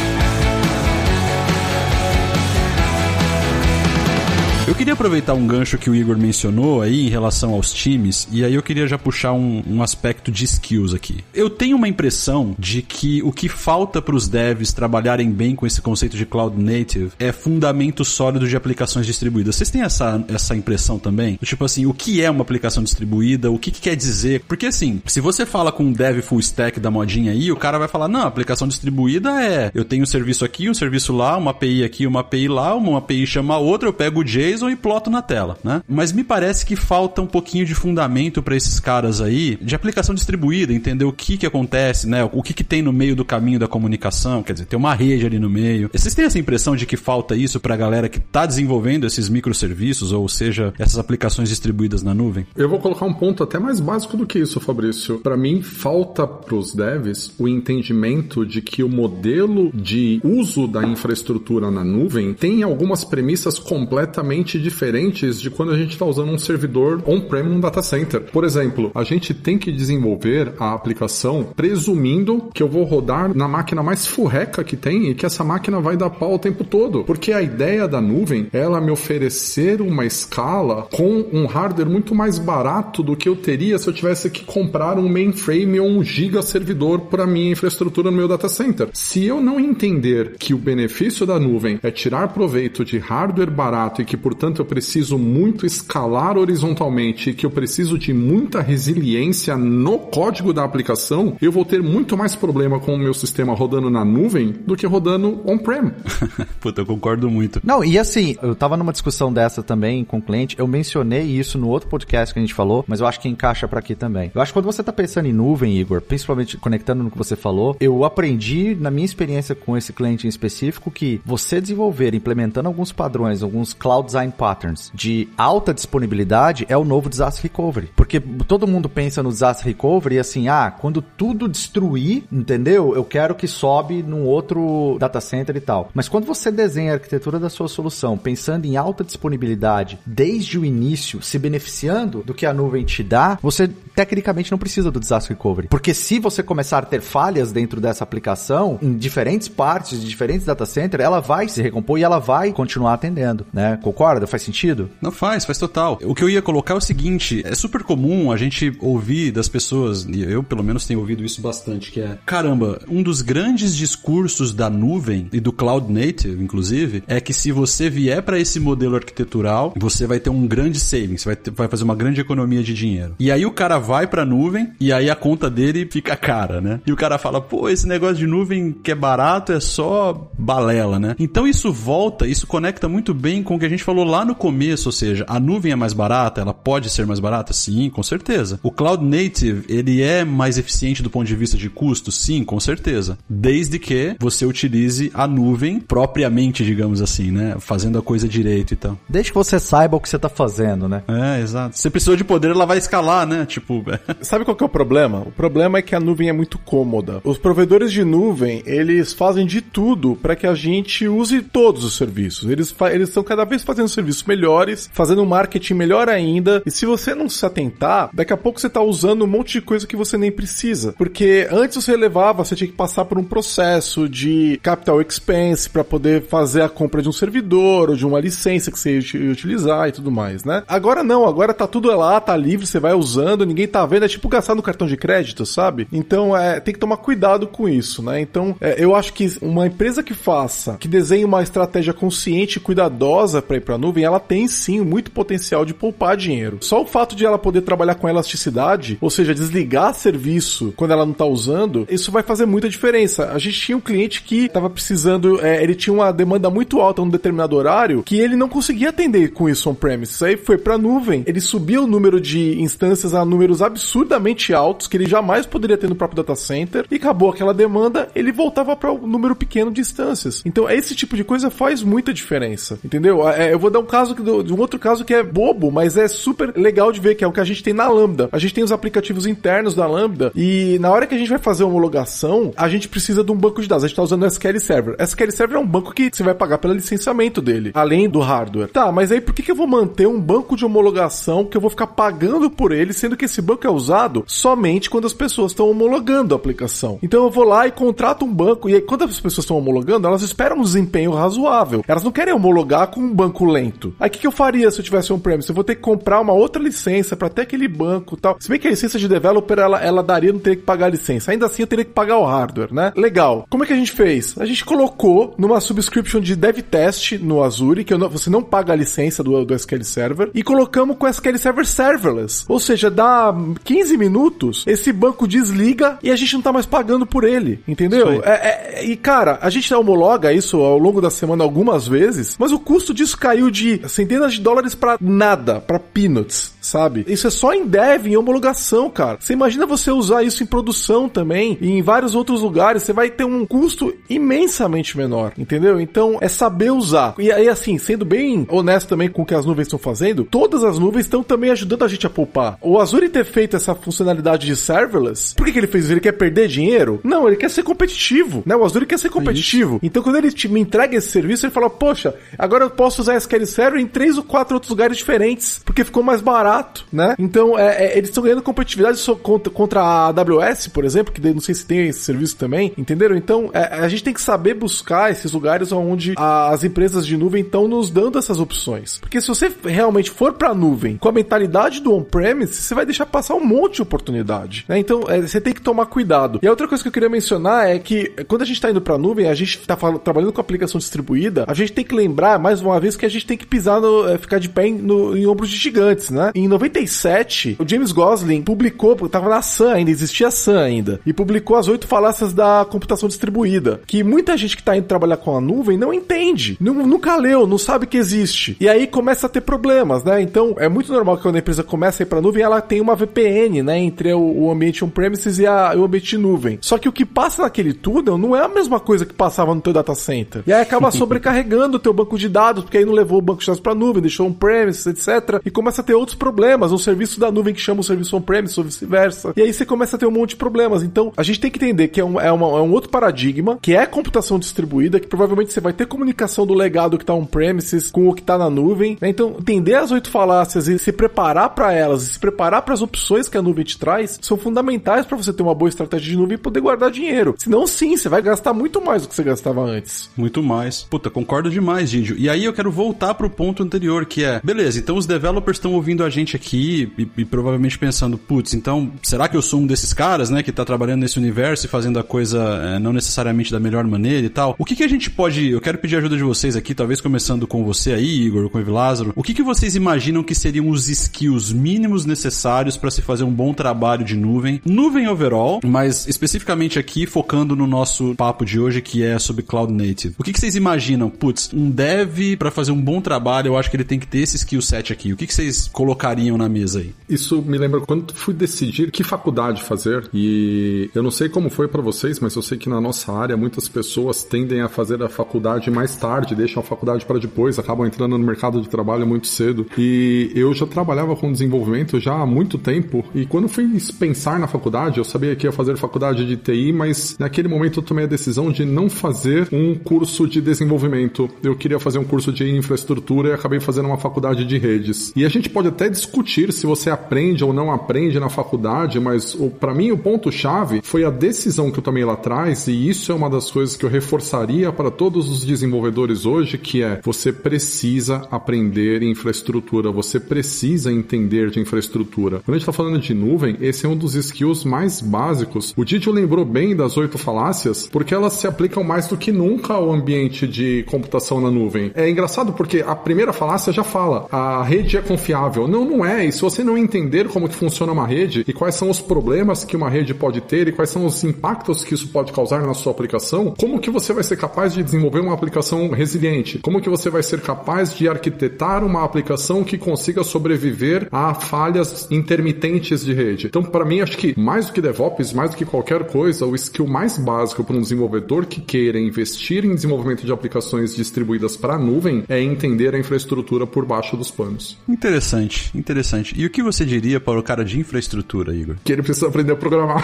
B: Eu queria aproveitar um gancho que o Igor mencionou aí em relação aos times, e aí eu queria já puxar um aspecto de skills aqui. Eu tenho uma impressão de que o que falta para os devs trabalharem bem com esse conceito de Cloud Native é fundamento sólido de aplicações distribuídas. Vocês têm essa impressão também? Tipo assim, o que é uma aplicação distribuída? O que quer dizer? Porque assim, se você fala com um dev full stack da modinha aí, o cara vai falar, não, aplicação distribuída eu tenho um serviço aqui, um serviço lá, uma API aqui, uma API lá, uma API chama a outra, eu pego o JSON, JSON e ploto na tela, né? Mas me parece que falta um pouquinho de fundamento para esses caras aí, de aplicação distribuída, entender o que acontece, né? O que tem no meio do caminho da comunicação, quer dizer, tem uma rede ali no meio. Vocês têm essa impressão de que falta isso pra galera que tá desenvolvendo esses microserviços, ou seja, essas aplicações distribuídas na nuvem?
D: Eu vou colocar um ponto até mais básico do que isso, Fabrício. Para mim, falta pros devs o entendimento de que o modelo de uso da infraestrutura na nuvem tem algumas premissas completamente diferentes de quando a gente está usando um servidor on-prem num data center. Por exemplo, a gente tem que desenvolver a aplicação presumindo que eu vou rodar na máquina mais furreca que tem e que essa máquina vai dar pau o tempo todo. Porque a ideia da nuvem é ela me oferecer uma escala com um hardware muito mais barato do que eu teria se eu tivesse que comprar um mainframe ou um giga servidor para minha infraestrutura no meu data center. Se eu não entender que o benefício da nuvem é tirar proveito de hardware barato e que, portanto, eu preciso muito escalar horizontalmente e que eu preciso de muita resiliência no código da aplicação, eu vou ter muito mais problema com o meu sistema rodando na nuvem do que rodando on-prem.
B: Puta, eu concordo muito.
C: Não, e assim, eu tava numa discussão dessa também com o cliente, eu mencionei isso no outro podcast que a gente falou, mas eu acho que encaixa pra aqui também. Eu acho que quando você tá pensando em nuvem, Igor, principalmente conectando no que você falou, eu aprendi na minha experiência com esse cliente em específico que você desenvolver, implementando alguns padrões, alguns cloud design patterns de alta disponibilidade é o novo disaster recovery. Porque todo mundo pensa no disaster recovery assim, quando tudo destruir, entendeu? Eu quero que sobe num outro data center e tal. Mas quando você desenha a arquitetura da sua solução pensando em alta disponibilidade desde o início, se beneficiando do que a nuvem te dá, você tecnicamente não precisa do disaster recovery. Porque se você começar a ter falhas dentro dessa aplicação, em diferentes partes de diferentes data centers, ela vai se recompor e ela vai continuar atendendo, né? Concorda? Faz sentido?
B: Não faz total. O que eu ia colocar é o seguinte, é super comum a gente ouvir das pessoas, e eu pelo menos tenho ouvido isso bastante, que é, caramba, um dos grandes discursos da nuvem e do cloud native, inclusive, é que se você vier para esse modelo arquitetural, você vai ter um grande savings, vai fazer uma grande economia de dinheiro. E aí o cara vai pra nuvem e aí a conta dele fica cara, né? E o cara fala, pô, esse negócio de nuvem que é barato é só balela, né? Então isso conecta muito bem com o que a gente falou lá no começo, ou seja, a nuvem é mais barata, ela pode ser mais barata? Sim, com certeza. O cloud native, ele é mais eficiente do ponto de vista de custo? Sim, com certeza. Desde que você utilize a nuvem propriamente, digamos assim, né? Fazendo a coisa direito e tal.
C: Desde que você saiba o que você tá fazendo, né?
B: É, exato. Se você precisou de poder, ela vai escalar, né? Tipo...
E: Sabe qual que é o problema? O problema é que a nuvem é muito cômoda. Os provedores de nuvem, eles fazem de tudo para que a gente use todos os serviços. Eles estão cada vez fazendo serviços melhores, fazendo um marketing melhor ainda. E se você não se atentar, daqui a pouco você tá usando um monte de coisa que você nem precisa. Porque antes você tinha que passar por um processo de capital expense para poder fazer a compra de um servidor ou de uma licença que você ia utilizar e tudo mais, né? Agora não, agora tá tudo lá, tá livre, você vai usando, ninguém tá vendo, é tipo gastar no cartão de crédito, sabe? Então, tem que tomar cuidado com isso, né? Então, eu acho que uma empresa que desenhe uma estratégia consciente e cuidadosa para ir pra nuvem, ela tem sim muito potencial de poupar dinheiro. Só o fato de ela poder trabalhar com elasticidade, ou seja, desligar serviço quando ela não tá usando, isso vai fazer muita diferença. A gente tinha um cliente que tava precisando, ele tinha uma demanda muito alta num determinado horário, que ele não conseguia atender com isso on-premise. Aí foi pra nuvem, ele subia o número de instâncias a números absurdamente altos, que ele jamais poderia ter no próprio data center, e acabou aquela demanda, ele voltava para um número pequeno de instâncias. Então, esse tipo de coisa faz muita diferença, entendeu? Eu vou dar um caso de um outro caso que é bobo, mas é super legal de ver, que é o que a gente tem na Lambda. A gente tem os aplicativos internos da Lambda, e na hora que a gente vai fazer a homologação, a gente precisa de um banco de dados. A gente tá usando o SQL Server. O SQL Server é um banco que você vai pagar pelo licenciamento dele, além do hardware. Tá, mas aí por que eu vou manter um banco de homologação que eu vou ficar pagando por ele, sendo que esse banco é usado somente quando as pessoas estão homologando a aplicação? Então eu vou lá e contrato um banco, e aí quando as pessoas estão homologando, elas esperam um desempenho razoável. Elas não querem homologar com um banco lento. Aí o que eu faria se eu tivesse on-premise? Eu vou ter que comprar uma outra licença para ter aquele banco e tal. Se bem que a licença de developer, ela daria, não teria que pagar a licença. Ainda assim eu teria que pagar o hardware, né? Legal. Como é que a gente fez? A gente colocou numa subscription de dev test no Azure, que você não paga a licença do SQL Server, e colocamos com o SQL Server serverless. Ou seja, dá 15 minutos, esse banco desliga e a gente não tá mais pagando por ele, entendeu? E cara, a gente homologa isso ao longo da semana algumas vezes, mas o custo disso caiu de centenas de dólares pra nada, pra peanuts, sabe? Isso é só em dev, em homologação, cara. Você imagina você usar isso em produção também, e em vários outros lugares, você vai ter um custo imensamente menor, entendeu? Então, é saber usar. E aí, assim, sendo bem honesto também com o que as nuvens estão fazendo, todas as nuvens estão também ajudando a gente a poupar. O Azure ter feito essa funcionalidade de serverless, por que ele fez isso? Ele quer perder dinheiro? Não, ele quer ser competitivo, né? O Azure quer ser competitivo. Então, quando ele me entrega esse serviço, ele fala, poxa, agora eu posso usar SQL Server em 3 ou 4 outros lugares diferentes, porque ficou mais barato, né? Então, eles estão ganhando competitividade contra a AWS, por exemplo, que não sei se tem esse serviço também, entenderam? Então, a gente tem que saber buscar esses lugares onde as empresas de nuvem estão nos dando essas opções. Porque se você realmente for pra nuvem com a mentalidade do on-premise, você vai deixar passar um monte de oportunidade, né? Então, você tem que tomar cuidado. E a outra coisa que eu queria mencionar é que quando a gente tá indo pra nuvem, a gente tá trabalhando com aplicação distribuída, a gente tem que lembrar, mais uma vez, que a gente tem que pisar ficar de pé em ombros de gigantes, né? Em 97, o James Gosling publicou, tava na Sun ainda, existia a Sun ainda, e publicou as 8 falácias da computação distribuída, que muita gente que tá indo trabalhar com a nuvem não entende, nunca leu, não sabe que existe. E aí começa a ter problemas, né? Então, é muito normal que quando a empresa começa a ir pra nuvem, ela tem uma VPN, né? Entre o ambiente on-premises e o ambiente de nuvem. Só que o que passa naquele túnel não é a mesma coisa que passava no teu data center. E aí acaba sobrecarregando o teu banco de dados, porque aí não levou o banco de dados pra nuvem, deixou on-premises, etc. E começa a ter outros problemas. Um serviço da nuvem que chama o serviço on-premises ou vice-versa. E aí você começa a ter um monte de problemas. Então, a gente tem que entender que é um outro paradigma, que é a computação distribuída, que provavelmente você vai ter comunicação do legado que tá on-premises com o que tá na nuvem, né? Então, entender as 8 falácias e se preparar para elas, e se preparar para as opções que a nuvem te traz, são fundamentais para você ter uma boa estratégia de nuvem e poder guardar dinheiro. Senão, sim, você vai gastar muito mais do que você gastava antes.
B: Muito mais. Puta, concordo demais, Gindio. E aí eu quero voltar pro ponto anterior, que é, beleza, então os developers estão ouvindo a gente aqui e provavelmente pensando, putz, então, será que eu sou um desses caras, né, que tá trabalhando nesse universo e fazendo a coisa não necessariamente da melhor maneira e tal? O que a gente pode... Eu quero pedir ajuda de vocês aqui, talvez começando com você aí, Igor, com o Evilázaro. O que vocês imaginam que seriam os skills mínimos necessários para se fazer um bom trabalho de nuvem overall, mas especificamente aqui focando no nosso papo de hoje, que é sobre Cloud Native. O que vocês imaginam? Putz, um dev para fazer um bom trabalho, eu acho que ele tem que ter esse skill set aqui. O que vocês colocariam na mesa aí?
D: Isso me lembra quando fui decidir que faculdade fazer, e eu não sei como foi para vocês, mas eu sei que na nossa área muitas pessoas tendem a fazer a faculdade mais tarde, deixam a faculdade para depois, acabam entrando no mercado de trabalho muito cedo. E eu já trabalhava com desenvolvimento já há muito tempo, e quando fui pensar na faculdade, eu sabia que ia fazer faculdade de TI, mas naquele momento eu tomei a decisão de não fazer um curso de desenvolvimento. Eu queria fazer um curso de infraestrutura e acabei fazendo uma faculdade de redes. E a gente pode até discutir se você aprende ou não aprende na faculdade, mas para mim o ponto-chave foi a decisão que eu tomei lá atrás, e isso é uma das coisas que eu reforçaria para todos os desenvolvedores hoje, que é, você precisa aprender infraestrutura, você precisa entender de infraestrutura. Quando a gente está falando de nuvem, esse é um dos skills mais básicos. O Didio lembrou bem das 8 falácias, porque elas se aplicam mais do que nunca ao ambiente de computação na nuvem. É engraçado porque a primeira falácia já fala, a rede é confiável. Não, não é. E se você não entender como que funciona uma rede, e quais são os problemas que uma rede pode ter, e quais são os impactos que isso pode causar na sua aplicação, como que você vai ser capaz de desenvolver uma aplicação resiliente? Como que você vai ser capaz de arquitetar uma aplicação que consiga sobreviver a falhas intermitentes de rede? Então, para mim, acho que mais do que DevOps, mais do que qualquer coisa, o skill mais básico para um desenvolvedor que queira investir em desenvolvimento de aplicações distribuídas para a nuvem é entender a infraestrutura por baixo dos panos.
B: Interessante, interessante. E o que você diria para o cara de infraestrutura, Igor?
D: Que ele precisa aprender a programar.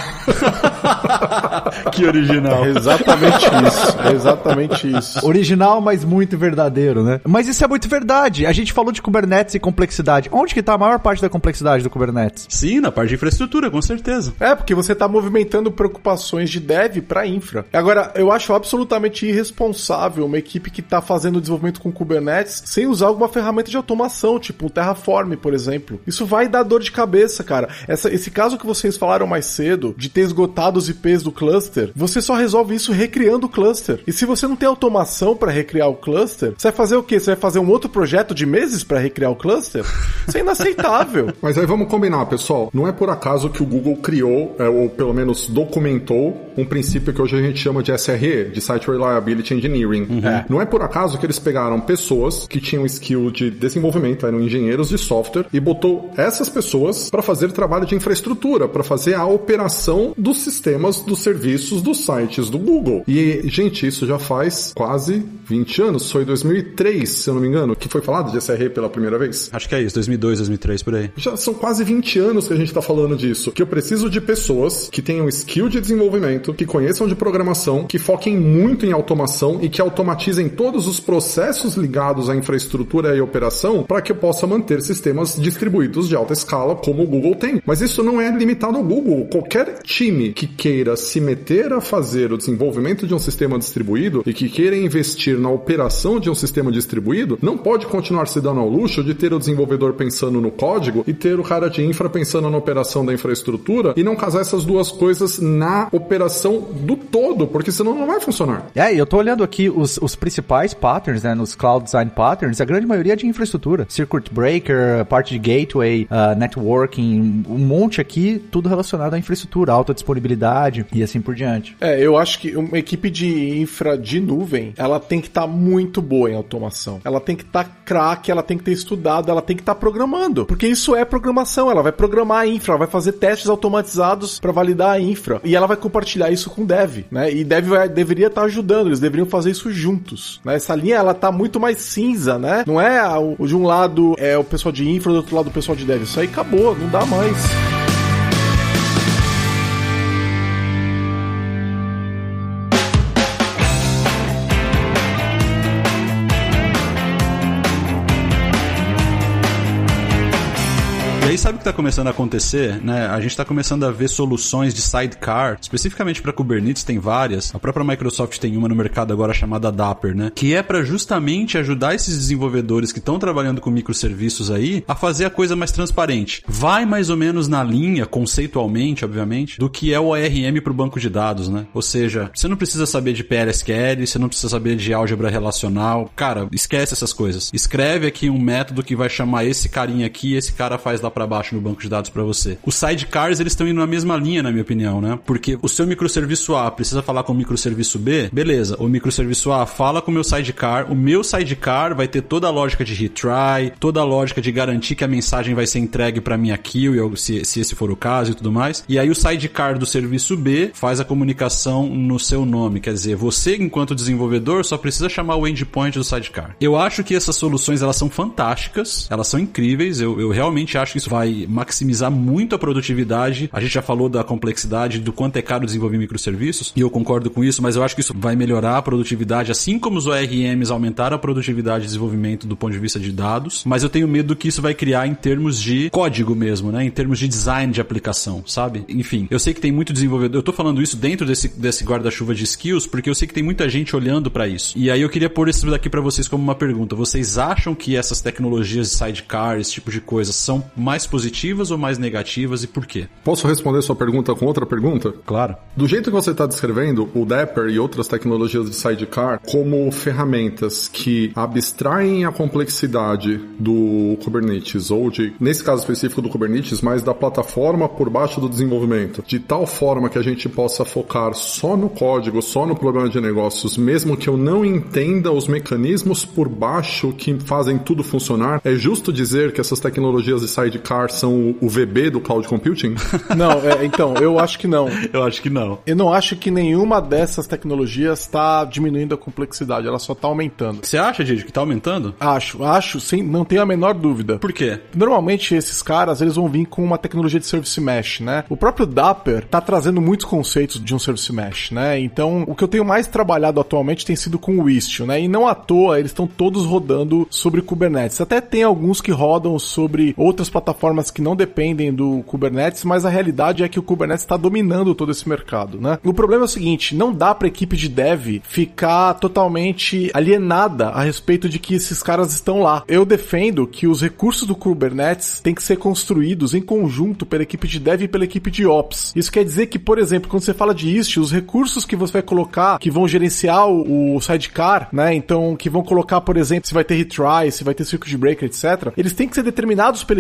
B: Que original.
E: É exatamente isso. É exatamente isso.
C: Original, mas muito verdadeiro, né? Mas isso é muito verdade. A gente falou de Kubernetes e complexidade. Onde que tá a maior parte da complexidade do Kubernetes?
B: Sim, na parte de infraestrutura, com certeza.
E: É, porque você tá movimentando preocupações de dev para infra. Agora, eu acho absolutamente irresponsável uma equipe que tá fazendo desenvolvimento com Kubernetes sem usar alguma ferramenta de automação, tipo um Terraform, por exemplo. Isso vai dar dor de cabeça, cara. Esse caso que vocês falaram mais cedo, de ter esgotado os IPs do cluster, você só resolve isso recriando o cluster. E se você não tem automação para recriar o cluster, você vai fazer o quê? Você vai fazer um outro projeto de meses para recriar o cluster? Isso é inaceitável.
D: Mas aí vamos combinar, pessoal. Não é por acaso que o Google criou, ou pelo menos documentou, um princípio que hoje a gente chama de SRE, de Site Reliability Engineering. Não é por acaso que eles pegaram pessoas que tinham skill de desenvolvimento, eram engenheiros de software, e botou essas pessoas para fazer trabalho de infraestrutura, para fazer a operação dos sistemas, dos serviços, dos sites do Google. E, gente, isso já faz quase 20 anos. Foi em 2003, se eu não me engano, que foi falado de SRE pela primeira vez.
B: Acho que é isso, 2002, 2003, por aí.
D: Já são quase 20 anos que a gente tá falando disso. Que eu preciso de pessoas que tenham skill de desenvolvimento, que conheçam de programação, que foquem muito em automação e que automatizem todos os processos ligados à infraestrutura e operação para que eu possa manter sistemas distribuídos de alta escala como o Google tem. Mas isso não é limitado ao Google. Qualquer time que queira se meter a fazer o desenvolvimento de um sistema distribuído e que queira investir na operação de um sistema distribuído não pode continuar se dando ao luxo de ter o desenvolvedor pensando no código e ter o cara de infra pensando na operação da infraestrutura e não casar essas duas coisas na operação do todo, porque senão não vai funcionar.
C: E eu tô olhando aqui os principais patterns, né, nos Cloud Design Patterns, a grande maioria é de infraestrutura. Circuit Breaker, parte de Gateway, Networking, um monte aqui, tudo relacionado à infraestrutura, alta disponibilidade e assim por diante.
E: Eu acho que uma equipe de infra de nuvem, ela tem que estar muito boa em automação. Ela tem que estar craque, ela tem que ter estudado, ela tem que estar programando. Porque isso é programação, ela vai programar a infra, ela vai fazer testes automatizados para validar a infra. E ela vai compartilhar isso com o dev, né? E dev deveria estar ajudando, eles deveriam fazer isso juntos, né? Essa linha, ela tá muito mais cinza, né? Não é de um lado é o pessoal de infra, do outro lado o pessoal de dev. Isso aí acabou, não dá mais.
B: E aí sabe o que está começando a acontecer, né? A gente está começando a ver soluções de sidecar, especificamente para Kubernetes tem várias. A própria Microsoft tem uma no mercado agora chamada Dapper, né? Que é para justamente ajudar esses desenvolvedores que estão trabalhando com microserviços aí a fazer a coisa mais transparente. Vai mais ou menos na linha, conceitualmente, obviamente, do que é o ORM para o banco de dados, né? Ou seja, você não precisa saber de PLSQL, você não precisa saber de álgebra relacional. Cara, esquece essas coisas. Escreve aqui um método que vai chamar esse carinha aqui e esse cara faz lá para baixo no banco de dados para você. Os sidecars, eles estão indo na mesma linha, na minha opinião, né? Porque o seu microserviço A precisa falar com o microserviço B, beleza. O microserviço A fala com o meu sidecar vai ter toda a lógica de retry, toda a lógica de garantir que a mensagem vai ser entregue para minha queue, se esse for o caso e tudo mais. E aí o sidecar do serviço B faz a comunicação no seu nome, quer dizer, você, enquanto desenvolvedor, só precisa chamar o endpoint do sidecar. Eu acho que essas soluções, elas são fantásticas, elas são incríveis, eu realmente acho que isso vai maximizar muito a produtividade. A gente já falou da complexidade, do quanto é caro desenvolver microserviços, e eu concordo com isso, mas eu acho que isso vai melhorar a produtividade, assim como os ORMs aumentaram a produtividade de desenvolvimento do ponto de vista de dados, mas eu tenho medo que isso vai criar em termos de código mesmo, né? Em termos de design de aplicação, sabe? Enfim, eu sei que tem muito desenvolvedor, eu tô falando isso dentro desse guarda-chuva de skills, porque eu sei que tem muita gente olhando pra isso. E aí eu queria pôr isso daqui pra vocês como uma pergunta. Vocês acham que essas tecnologias de sidecar, esse tipo de coisa, são mais positivas ou mais negativas e por quê?
D: Posso responder sua pergunta com outra pergunta?
B: Claro.
D: Do jeito que você está descrevendo, o Dapper e outras tecnologias de sidecar como ferramentas que abstraem a complexidade do Kubernetes, ou nesse caso específico do Kubernetes, mas da plataforma por baixo do desenvolvimento, de tal forma que a gente possa focar só no código, só no problema de negócios, mesmo que eu não entenda os mecanismos por baixo que fazem tudo funcionar. É justo dizer que essas tecnologias de sidecar são o VB do Cloud Computing?
E: Não, então, eu acho que não.
B: Eu acho que não.
E: Eu não acho que nenhuma dessas tecnologias está diminuindo a complexidade, ela só está aumentando.
B: Você acha, Didi, que está aumentando?
E: Acho, sim, não tenho a menor dúvida.
B: Por quê?
E: Normalmente esses caras, eles vão vir com uma tecnologia de Service Mesh, né? O próprio Dapper está trazendo muitos conceitos de um Service Mesh, né? Então, o que eu tenho mais trabalhado atualmente tem sido com o Istio, né? E não à toa, eles estão todos rodando sobre Kubernetes. Até tem alguns que rodam sobre outras plataformas que não dependem do Kubernetes, mas a realidade é que o Kubernetes está dominando todo esse mercado, né? O problema é o seguinte, não dá para a equipe de dev ficar totalmente alienada a respeito de que esses caras estão lá. Eu defendo que os recursos do Kubernetes têm que ser construídos em conjunto pela equipe de dev e pela equipe de ops. Isso quer dizer que, por exemplo, quando você fala de Istio, os recursos que você vai colocar, que vão gerenciar o sidecar, né? Então, que vão colocar, por exemplo, se vai ter retry, se vai ter circuit breaker, etc. Eles têm que ser determinados pela equipe de dev.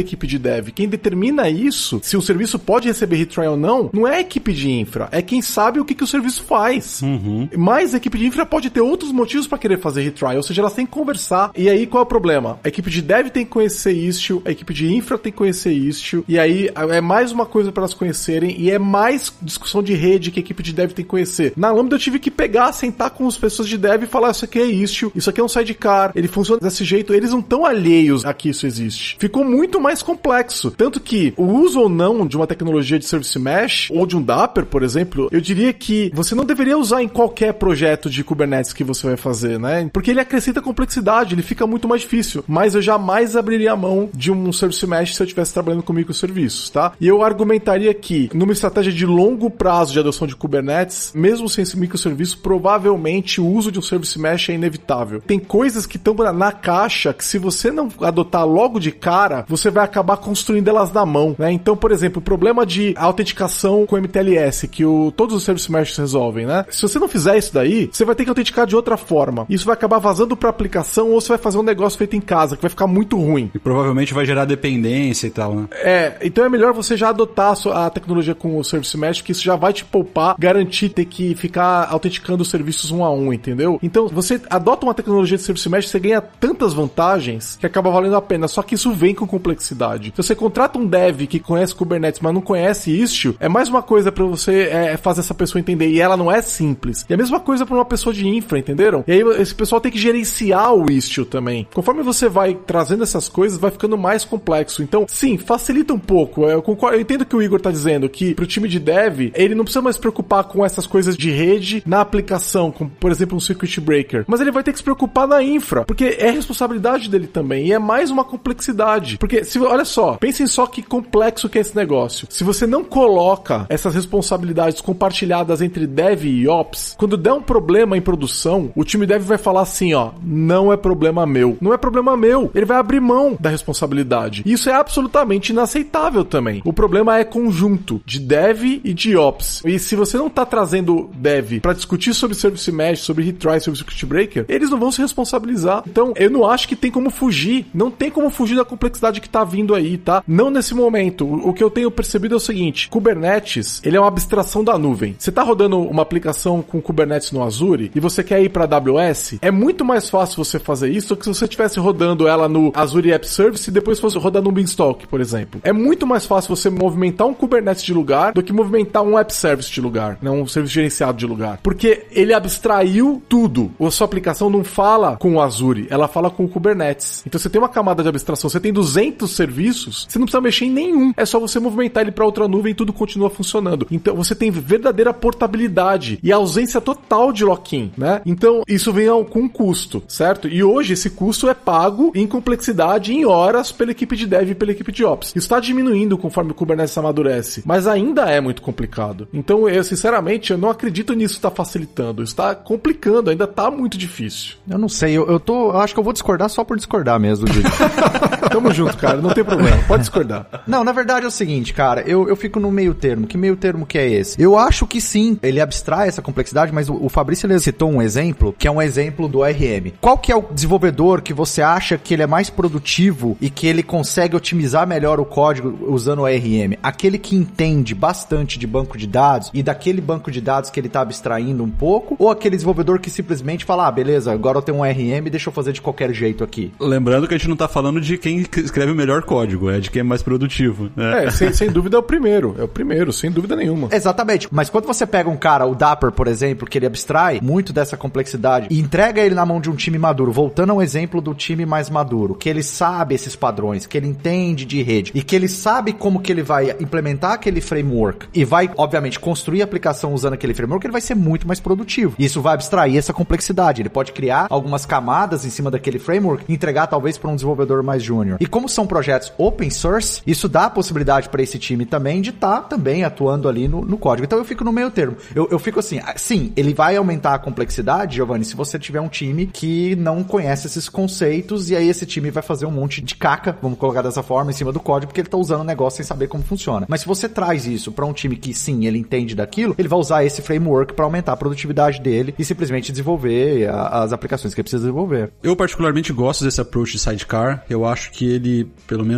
E: dev. Quem determina isso, se o serviço pode receber retry ou não é a equipe de infra, é quem sabe o que o serviço faz. Mas a equipe de infra pode ter outros motivos para querer fazer retry, ou seja, elas têm que conversar. E aí qual é o problema? A equipe de dev tem que conhecer Istio, a equipe de infra tem que conhecer Istio, e aí é mais uma coisa para elas conhecerem, e é mais discussão de rede que a equipe de dev tem que conhecer. Na Lambda eu tive que pegar, sentar com as pessoas de dev e falar, isso aqui é Istio, isso aqui é um sidecar, ele funciona desse jeito, eles não estão alheios a que isso existe. Ficou muito mais complexo. Tanto que o uso ou não de uma tecnologia de Service Mesh, ou de um Dapper, por exemplo, eu diria que você não deveria usar em qualquer projeto de Kubernetes que você vai fazer, né? Porque ele acrescenta complexidade, ele fica muito mais difícil. Mas eu jamais abriria a mão de um Service Mesh se eu estivesse trabalhando com microserviços, tá? E eu argumentaria que, numa estratégia de longo prazo de adoção de Kubernetes, mesmo sem esse microserviço, provavelmente o uso de um Service Mesh é inevitável. Tem coisas que estão na caixa que, se você não adotar logo de cara, você vai acabar construindo elas na mão, né? Então, por exemplo, o problema de autenticação com MTLS, que todos os Service Meshes resolvem, né? Se você não fizer isso daí, você vai ter que autenticar de outra forma. Isso vai acabar vazando pra aplicação, ou você vai fazer um negócio feito em casa, que vai ficar muito ruim.
B: E provavelmente vai gerar dependência e tal, né?
E: Então é melhor você já adotar a tecnologia com o Service Mesh, que isso já vai te poupar, garantir ter que ficar autenticando os serviços um a um, entendeu? Então, você adota uma tecnologia de Service Mesh, você ganha tantas vantagens que acaba valendo a pena, só que isso vem com complexidade. Se você contrata um dev que conhece Kubernetes, mas não conhece Istio, é mais uma coisa pra você fazer essa pessoa entender, e ela não é simples. E a mesma coisa pra uma pessoa de infra, entenderam? E aí esse pessoal tem que gerenciar o Istio também. Conforme você vai trazendo essas coisas, vai ficando mais complexo. Então, sim, facilita um pouco. Eu entendo o que o Igor tá dizendo, que pro time de dev, ele não precisa mais se preocupar com essas coisas de rede na aplicação, como, por exemplo, um circuit breaker. Mas ele vai ter que se preocupar na infra, porque é responsabilidade dele também. E é mais uma complexidade. Porque, olha só, pensem só que complexo que é esse negócio. Se você não coloca essas responsabilidades compartilhadas entre dev e ops, quando der um problema em produção, o time dev vai falar assim, ó, não é problema meu. Não é problema meu. Ele vai abrir mão da responsabilidade. E isso é absolutamente inaceitável também. O problema é conjunto de dev e de ops. E se você não tá trazendo dev pra discutir sobre Service Mesh, sobre retry, sobre Circuit Breaker, eles não vão se responsabilizar. Então, eu não acho que tem como fugir. Não tem como fugir da complexidade que tá vindo aí, tá? Não nesse momento. O que eu tenho percebido é o seguinte, Kubernetes, ele é uma abstração da nuvem. Você tá rodando uma aplicação com Kubernetes no Azure e você quer ir pra AWS, é muito mais fácil você fazer isso do que se você estivesse rodando ela no Azure App Service e depois fosse rodar no Beanstalk, por exemplo. É muito mais fácil você movimentar um Kubernetes de lugar do que movimentar um App Service de lugar, né? Um serviço gerenciado de lugar. Porque ele abstraiu tudo. A sua aplicação não fala com o Azure, ela fala com o Kubernetes. Então você tem uma camada de abstração, você tem 200 serviços, você não precisa mexer em nenhum. É só você movimentar ele para outra nuvem e tudo continua funcionando. Então você tem verdadeira portabilidade e ausência total de lock-in, né? Então isso vem com um custo, certo? E hoje esse custo é pago em complexidade, em horas, pela equipe de dev e pela equipe de ops. Isso está diminuindo conforme o Kubernetes amadurece, mas ainda é muito complicado. Então eu, sinceramente, eu não acredito nisso estar facilitando. Isso está complicando, ainda está muito difícil.
C: Eu não sei, eu acho que eu vou discordar só por discordar mesmo, Didi.
E: Tamo junto, cara, não tem problema, pode discordar.
C: Não, na verdade é o seguinte, cara, eu fico no meio termo. Que meio termo que é esse? Eu acho que sim, ele abstrai essa complexidade, mas o Fabrício, ele citou um exemplo, que é um exemplo do ORM. Qual que é o desenvolvedor que você acha que ele é mais produtivo e que ele consegue otimizar melhor o código usando o ORM? Aquele que entende bastante de banco de dados e daquele banco de dados que ele tá abstraindo um pouco, ou aquele desenvolvedor que simplesmente fala, beleza, agora eu tenho um ORM, deixa eu fazer de qualquer jeito aqui.
B: Lembrando que a gente não tá falando de quem escreve o melhor código, é de quem é mais produtivo.
E: Sem dúvida é o primeiro, sem dúvida nenhuma.
C: Exatamente, mas quando você pega um cara, o Dapper, por exemplo, que ele abstrai muito dessa complexidade e entrega ele na mão de um time maduro, voltando ao exemplo do time mais maduro, que ele sabe esses padrões, que ele entende de rede e que ele sabe como que ele vai implementar aquele framework e vai, obviamente, construir a aplicação usando aquele framework, ele vai ser muito mais produtivo. Isso vai abstrair essa complexidade. Ele pode criar algumas camadas em cima daquele framework e entregar talvez para um desenvolvedor mais júnior. E como são projetos open source, isso dá a possibilidade para esse time também de estar também atuando ali no código. Então eu fico no meio termo. Eu fico assim, sim, ele vai aumentar a complexidade, Giovanni, se você tiver um time que não conhece esses conceitos e aí esse time vai fazer um monte de caca, vamos colocar dessa forma, em cima do código, porque ele tá usando o negócio sem saber como funciona. Mas se você traz isso para um time que sim, ele entende daquilo, ele vai usar esse framework para aumentar a produtividade dele e simplesmente desenvolver as aplicações que ele precisa desenvolver.
B: Eu particularmente gosto desse approach de sidecar. Eu acho que ele, pelo menos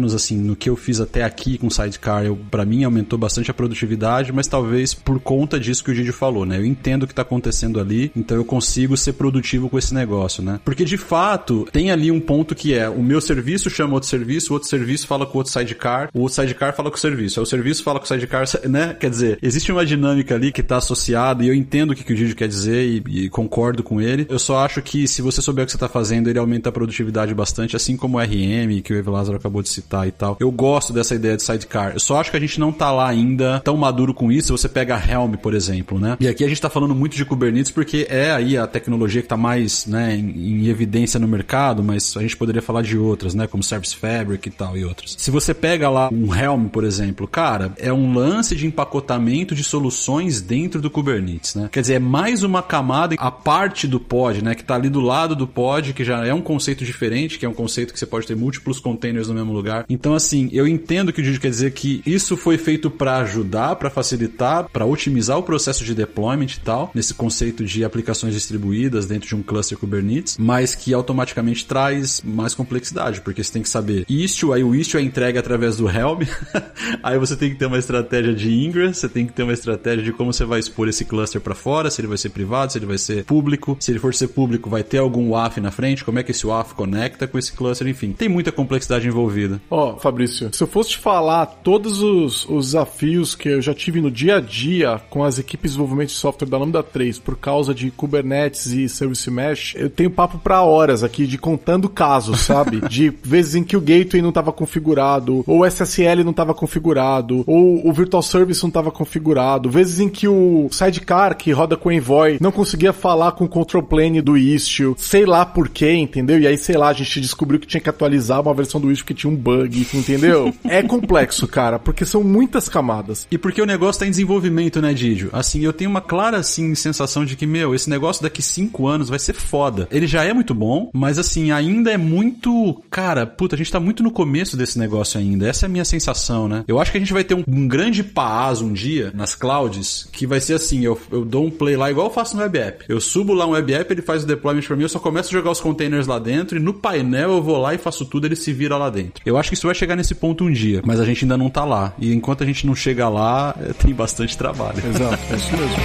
B: menos assim, no que eu fiz até aqui com Sidecar, pra mim aumentou bastante a produtividade, mas talvez por conta disso que o Didi falou, né? Eu entendo o que tá acontecendo ali, então eu consigo ser produtivo com esse negócio, né? Porque de fato, tem ali um ponto que é, o meu serviço chama outro serviço fala com o outro Sidecar, o outro Sidecar fala com o serviço, aí o serviço fala com o Sidecar, né? Quer dizer, existe uma dinâmica ali que tá associada, e eu entendo o que o Didi quer dizer e concordo com ele. Eu só acho que se você souber o que você tá fazendo, ele aumenta a produtividade bastante, assim como o RM, que o Evo Lázaro acabou de citar e tal. Eu gosto dessa ideia de Sidecar. Eu só acho que a gente não tá lá ainda tão maduro com isso. Você pega a Helm, por exemplo, né? E aqui a gente tá falando muito de Kubernetes porque é aí a tecnologia que tá mais, né, em evidência no mercado, mas a gente poderia falar de outras, né? Como Service Fabric e tal e outras. Se você pega lá um Helm, por exemplo, cara, é um lance de empacotamento de soluções dentro do Kubernetes, né? Quer dizer, é mais uma camada, a parte do pod, né? Que tá ali do lado do pod, que já é um conceito diferente, que é um conceito que você pode ter múltiplos containers no mesmo lugar. Então, assim, eu entendo que o Didi quer dizer que isso foi feito para ajudar, para facilitar, para otimizar o processo de deployment e tal, nesse conceito de aplicações distribuídas dentro de um cluster Kubernetes, mas que automaticamente traz mais complexidade, porque você tem que saber Istio, aí o Istio é entregue através do Helm, aí você tem que ter uma estratégia de ingress, você tem que ter uma estratégia de como você vai expor esse cluster para fora, se ele vai ser privado, se ele vai ser público, se ele for ser público vai ter algum WAF na frente, como é que esse WAF conecta com esse cluster, enfim, tem muita complexidade envolvida.
E: Fabrício, se eu fosse te falar todos os desafios que eu já tive no dia a dia com as equipes de desenvolvimento de software da Lambda 3 por causa de Kubernetes e Service Mesh, eu tenho papo pra horas aqui de contando casos, sabe? De vezes em que o gateway não estava configurado, ou o SSL não estava configurado, ou o Virtual Service não estava configurado, vezes em que o Sidecar, que roda com Envoy, não conseguia falar com o Control Plane do Istio, sei lá por quê, entendeu? E aí, sei lá, a gente descobriu que tinha que atualizar uma versão do Istio que tinha um bug, entendeu? É complexo, cara, porque são muitas camadas.
B: E porque o negócio tá em desenvolvimento, né, Didio? Assim, eu tenho uma clara, assim, sensação de que, esse negócio daqui 5 anos vai ser foda. Ele já é muito bom, mas, assim, ainda é muito... Cara, a gente tá muito no começo desse negócio ainda. Essa é a minha sensação, né? Eu acho que a gente vai ter um grande PaaS um dia, nas clouds, que vai ser assim, eu dou um play lá, igual eu faço no web app. Eu subo lá um web app, ele faz o deployment pra mim, eu só começo a jogar os containers lá dentro, e no painel eu vou lá e faço tudo, ele se vira lá dentro. Eu acho que isso vai chegar nesse ponto um dia, mas a gente ainda não tá lá. E enquanto a gente não chega lá, tem bastante trabalho.
E: Exato, é isso mesmo.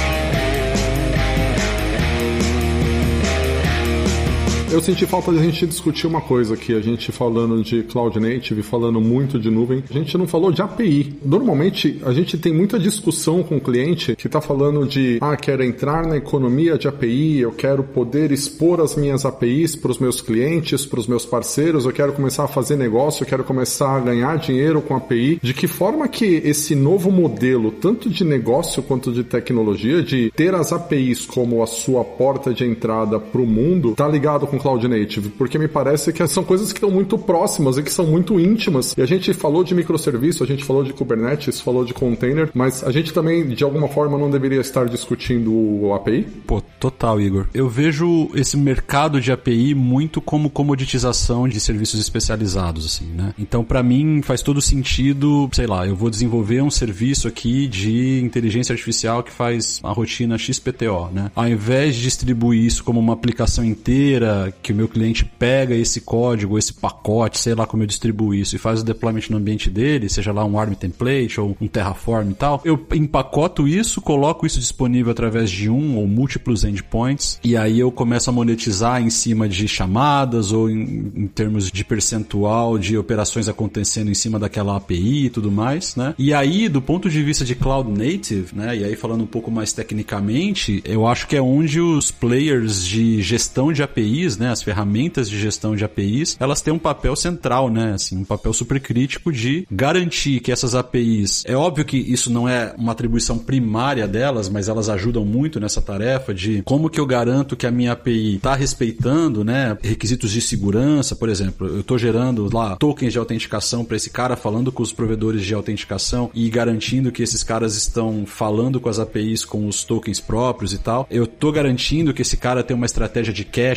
D: Eu senti falta de a gente discutir uma coisa aqui, a gente falando de Cloud Native, falando muito de nuvem, a gente não falou de API. Normalmente, a gente tem muita discussão com o cliente que está falando de, quero entrar na economia de API, eu quero poder expor as minhas APIs para os meus clientes, para os meus parceiros, eu quero começar a fazer negócio, eu quero começar a ganhar dinheiro com API. De que forma que esse novo modelo, tanto de negócio quanto de tecnologia, de ter as APIs como a sua porta de entrada para o mundo, está ligado com Cloud Native, porque me parece que são coisas que estão muito próximas e que são muito íntimas. E a gente falou de microserviço, a gente falou de Kubernetes, falou de container, mas a gente também, de alguma forma, não deveria estar discutindo o API?
B: Total, Igor. Eu vejo esse mercado de API muito como comoditização de serviços especializados, assim, né? Então, pra mim, faz todo sentido, sei lá, eu vou desenvolver um serviço aqui de inteligência artificial que faz a rotina XPTO, né? Ao invés de distribuir isso como uma aplicação inteira, que o meu cliente pega esse código, esse pacote, sei lá como eu distribuo isso, e faz o deployment no ambiente dele, seja lá um ARM template ou um Terraform e tal, eu empacoto isso, coloco isso disponível através de um ou múltiplos endpoints, e aí eu começo a monetizar em cima de chamadas ou em termos de percentual de operações acontecendo em cima daquela API e tudo mais, né? E aí, do ponto de vista de Cloud Native, né, e aí falando um pouco mais tecnicamente, eu acho que é onde os players de gestão de APIs, né, as ferramentas de gestão de APIs, elas têm um papel central, né, assim, um papel super crítico de garantir que essas APIs, é óbvio que isso não é uma atribuição primária delas, mas elas ajudam muito nessa tarefa de como que eu garanto que a minha API está respeitando, né, requisitos de segurança, por exemplo, eu estou gerando lá tokens de autenticação para esse cara, falando com os provedores de autenticação e garantindo que esses caras estão falando com as APIs com os tokens próprios e tal, eu estou garantindo que esse cara tem uma estratégia de cache associada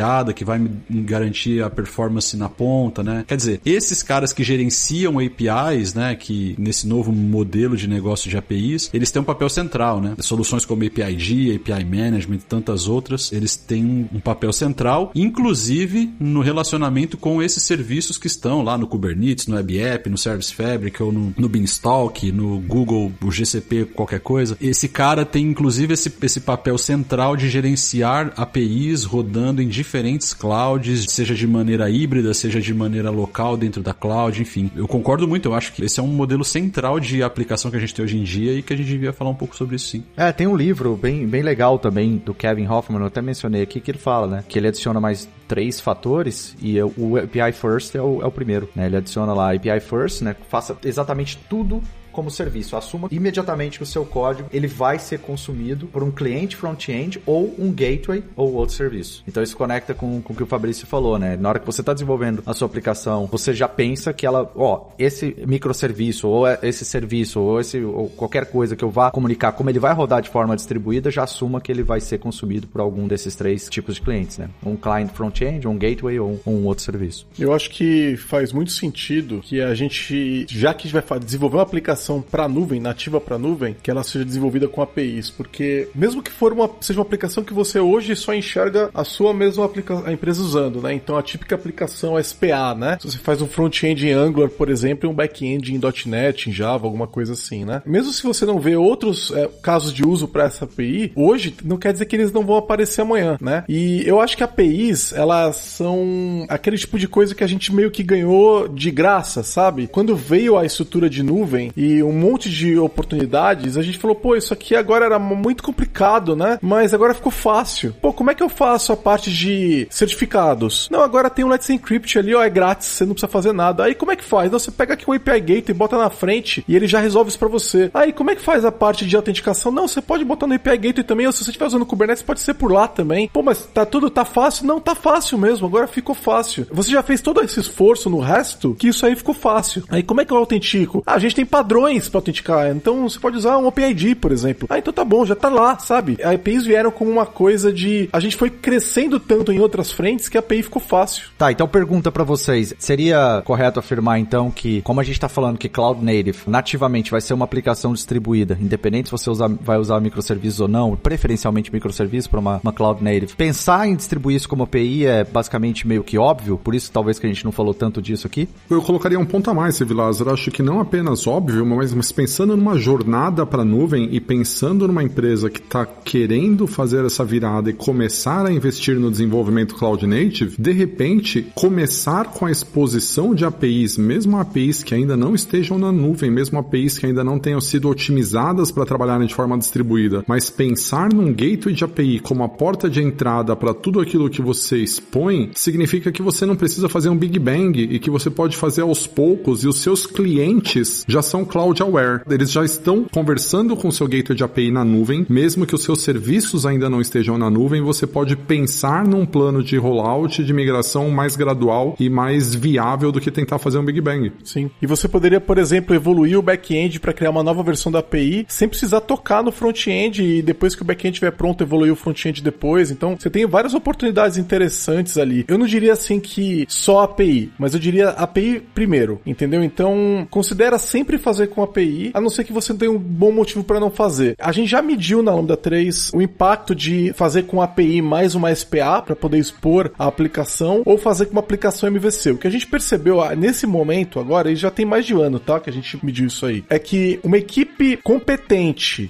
B: balanceada, que vai me garantir a performance na ponta, né? Quer dizer, esses caras que gerenciam APIs, né, que nesse novo modelo de negócio de APIs, eles têm um papel central, né? Soluções como API-D, API Management e tantas outras, eles têm um papel central, inclusive no relacionamento com esses serviços que estão lá no Kubernetes, no Web App, no Service Fabric ou no Beanstalk, no Google, o GCP, qualquer coisa. Esse cara tem inclusive esse papel central de gerenciar APIs rodando em diferentes clouds, seja de maneira híbrida, seja de maneira local dentro da cloud, enfim. Eu concordo muito, eu acho que esse é um modelo central de aplicação que a gente tem hoje em dia e que a gente devia falar um pouco sobre isso, sim.
C: Tem um livro bem legal também do Kevin Hoffman, eu até mencionei aqui, que ele fala, né, que ele adiciona mais 3 fatores e o API First é o primeiro, né? Ele adiciona lá API First, né? Faça exatamente tudo como serviço. Assuma imediatamente que o seu código ele vai ser consumido por um cliente front-end ou um gateway ou outro serviço. Então isso conecta com o que o Fabrício falou, né? Na hora que você está desenvolvendo a sua aplicação, você já pensa que ela, esse microserviço ou esse serviço ou qualquer coisa que eu vá comunicar, como ele vai rodar de forma distribuída, já assuma que ele vai ser consumido por algum desses 3 tipos de clientes, né? Um client front-end, um gateway ou um outro serviço.
E: Eu acho que faz muito sentido que a gente, já que a gente vai desenvolver uma aplicação para nuvem, nativa para nuvem, que ela seja desenvolvida com APIs, porque mesmo que seja uma aplicação que você hoje só enxerga a sua mesma a empresa usando, né? Então a típica aplicação SPA, né? Se você faz um front-end em Angular, por exemplo, e um back-end em .NET, em Java, alguma coisa assim, né? Mesmo se você não vê outros casos de uso para essa API, hoje não quer dizer que eles não vão aparecer amanhã, né? E eu acho que APIs, elas são aquele tipo de coisa que a gente meio que ganhou de graça, sabe? Quando veio a estrutura de nuvem e um monte de oportunidades, a gente falou, isso aqui agora era muito complicado, né? Mas agora ficou fácil. Como é que eu faço a parte de certificados? Não, agora tem um Let's Encrypt ali, é grátis, você não precisa fazer nada. Aí como é que faz? Não, você pega aqui um API Gateway, bota na frente e ele já resolve isso pra você. Aí como é que faz a parte de autenticação? Não, você pode botar no API Gateway também, ou se você estiver usando o Kubernetes, pode ser por lá também. Mas tá fácil? Não, tá fácil mesmo, agora ficou fácil. Você já fez todo esse esforço no resto, que isso aí ficou fácil. Aí como é que eu autentico? A gente tem padrões pra autenticar, então você pode usar um OpenID, por exemplo. Então tá bom, já tá lá, sabe? A APIs vieram como uma coisa de... A gente foi crescendo tanto em outras frentes que a API ficou fácil.
C: Tá, então pergunta pra vocês, seria correto afirmar então que, como a gente tá falando que Cloud Native nativamente vai ser uma aplicação distribuída, independente se você vai usar microserviços ou não, preferencialmente microserviços para uma Cloud Native, pensar em distribuir isso como API é basicamente meio que óbvio, por isso talvez que a gente não falou tanto disso aqui?
D: Eu colocaria um ponto a mais, Lázaro. Acho que não apenas óbvio, mas pensando numa jornada para a nuvem e pensando numa empresa que está querendo fazer essa virada e começar a investir no desenvolvimento Cloud Native, de repente, começar com a exposição de APIs, mesmo APIs que ainda não estejam na nuvem, mesmo APIs que ainda não tenham sido otimizadas para trabalharem de forma distribuída, mas pensar num gateway de API como a porta de entrada para tudo aquilo que você expõe, significa que você não precisa fazer um Big Bang e que você pode fazer aos poucos, e os seus clientes já são cloud aware. Eles já estão conversando com o seu gateway de API na nuvem, mesmo que os seus serviços ainda não estejam na nuvem, você pode pensar num plano de rollout, de migração mais gradual e mais viável do que tentar fazer um Big Bang.
E: Sim. E você poderia, por exemplo, evoluir o back-end para criar uma nova versão da API sem precisar tocar no front-end e depois que o back-end estiver pronto, evoluir o front-end depois. Então, você tem várias oportunidades interessantes ali. Eu não diria assim que só API, mas eu diria API primeiro, entendeu? Então, considera sempre fazer com API, a não ser que você tenha um bom motivo para não fazer. A gente já mediu na Lambda 3 o impacto de fazer com API mais uma SPA para poder expor a aplicação ou fazer com uma aplicação MVC. O que a gente percebeu nesse momento agora, e já tem mais de um ano, tá? Que a gente mediu isso aí, é que uma equipe competente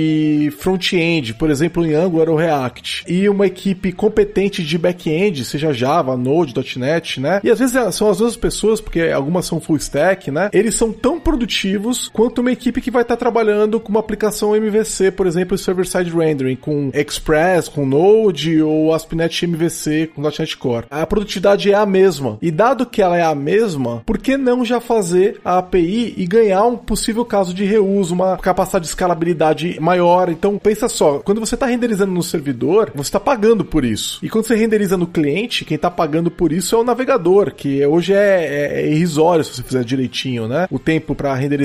E: de front-end, por exemplo, em Angular ou React, e uma equipe competente de back-end, seja Java, Node, .NET, né? E às vezes são as duas pessoas, porque algumas são full stack, né? Eles são tão produtivos quanto uma equipe que vai estar trabalhando com uma aplicação MVC, por exemplo, Server-Side Rendering, com Express, com Node ou ASP.NET MVC com .NET Core. A produtividade é a mesma. E dado que ela é a mesma, por que não já fazer a API e ganhar um possível caso de reuso, uma capacidade de escalabilidade maior? Então, pensa só, quando você está renderizando no servidor, você está pagando por isso. E quando você renderiza no cliente, quem está pagando por isso é o navegador, que hoje é irrisório se você fizer direitinho, né? O tempo para renderizar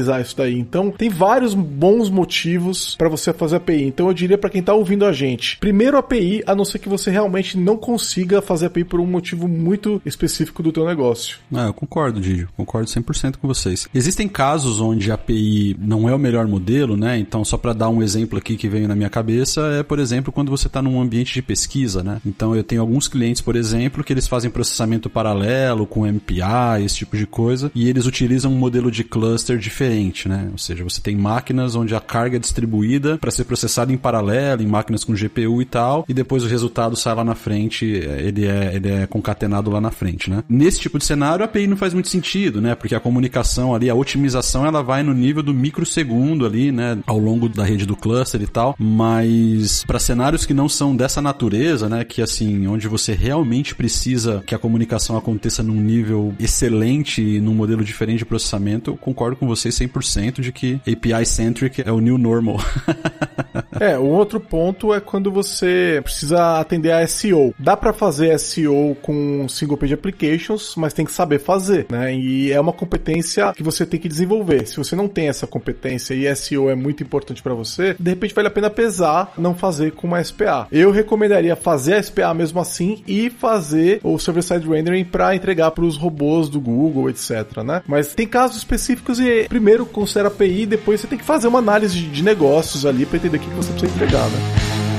E: especializar isso daí. Então, tem vários bons motivos para você fazer API. Então, eu diria para quem tá ouvindo a gente, primeiro API, a não ser que você realmente não consiga fazer API por um motivo muito específico do teu negócio.
B: Eu concordo, Didio. Concordo 100% com vocês. Existem casos onde a API não é o melhor modelo, né? Então, só para dar um exemplo aqui que veio na minha cabeça, é, por exemplo, quando você está num ambiente de pesquisa, né? Então, eu tenho alguns clientes, por exemplo, que eles fazem processamento paralelo com MPI, esse tipo de coisa, e eles utilizam um modelo de cluster diferente, né? Ou seja, você tem máquinas onde a carga é distribuída para ser processada em paralelo, em máquinas com GPU e tal, e depois o resultado sai lá na frente, ele é concatenado lá na frente, né? Nesse tipo de cenário, a API não faz muito sentido, né? Porque a comunicação ali, a otimização, ela vai no nível do microsegundo ali, né? Ao longo da rede do cluster e tal, mas para cenários que não são dessa natureza, né? Que assim, onde você realmente precisa que a comunicação aconteça num nível excelente, num modelo diferente de processamento, eu concordo com vocês 100% de que API-centric é o new normal.
E: O outro ponto é quando você precisa atender a SEO. Dá pra fazer SEO com single page applications, mas tem que saber fazer, né? E é uma competência que você tem que desenvolver. Se você não tem essa competência e SEO é muito importante pra você, de repente vale a pena pesar não fazer com uma SPA. Eu recomendaria fazer a SPA mesmo assim e fazer o server-side rendering pra entregar pros robôs do Google, etc, né? Mas tem casos específicos e primeiro considera a API, depois você tem que fazer uma análise de negócios ali pra entender o que você precisa entregar, né?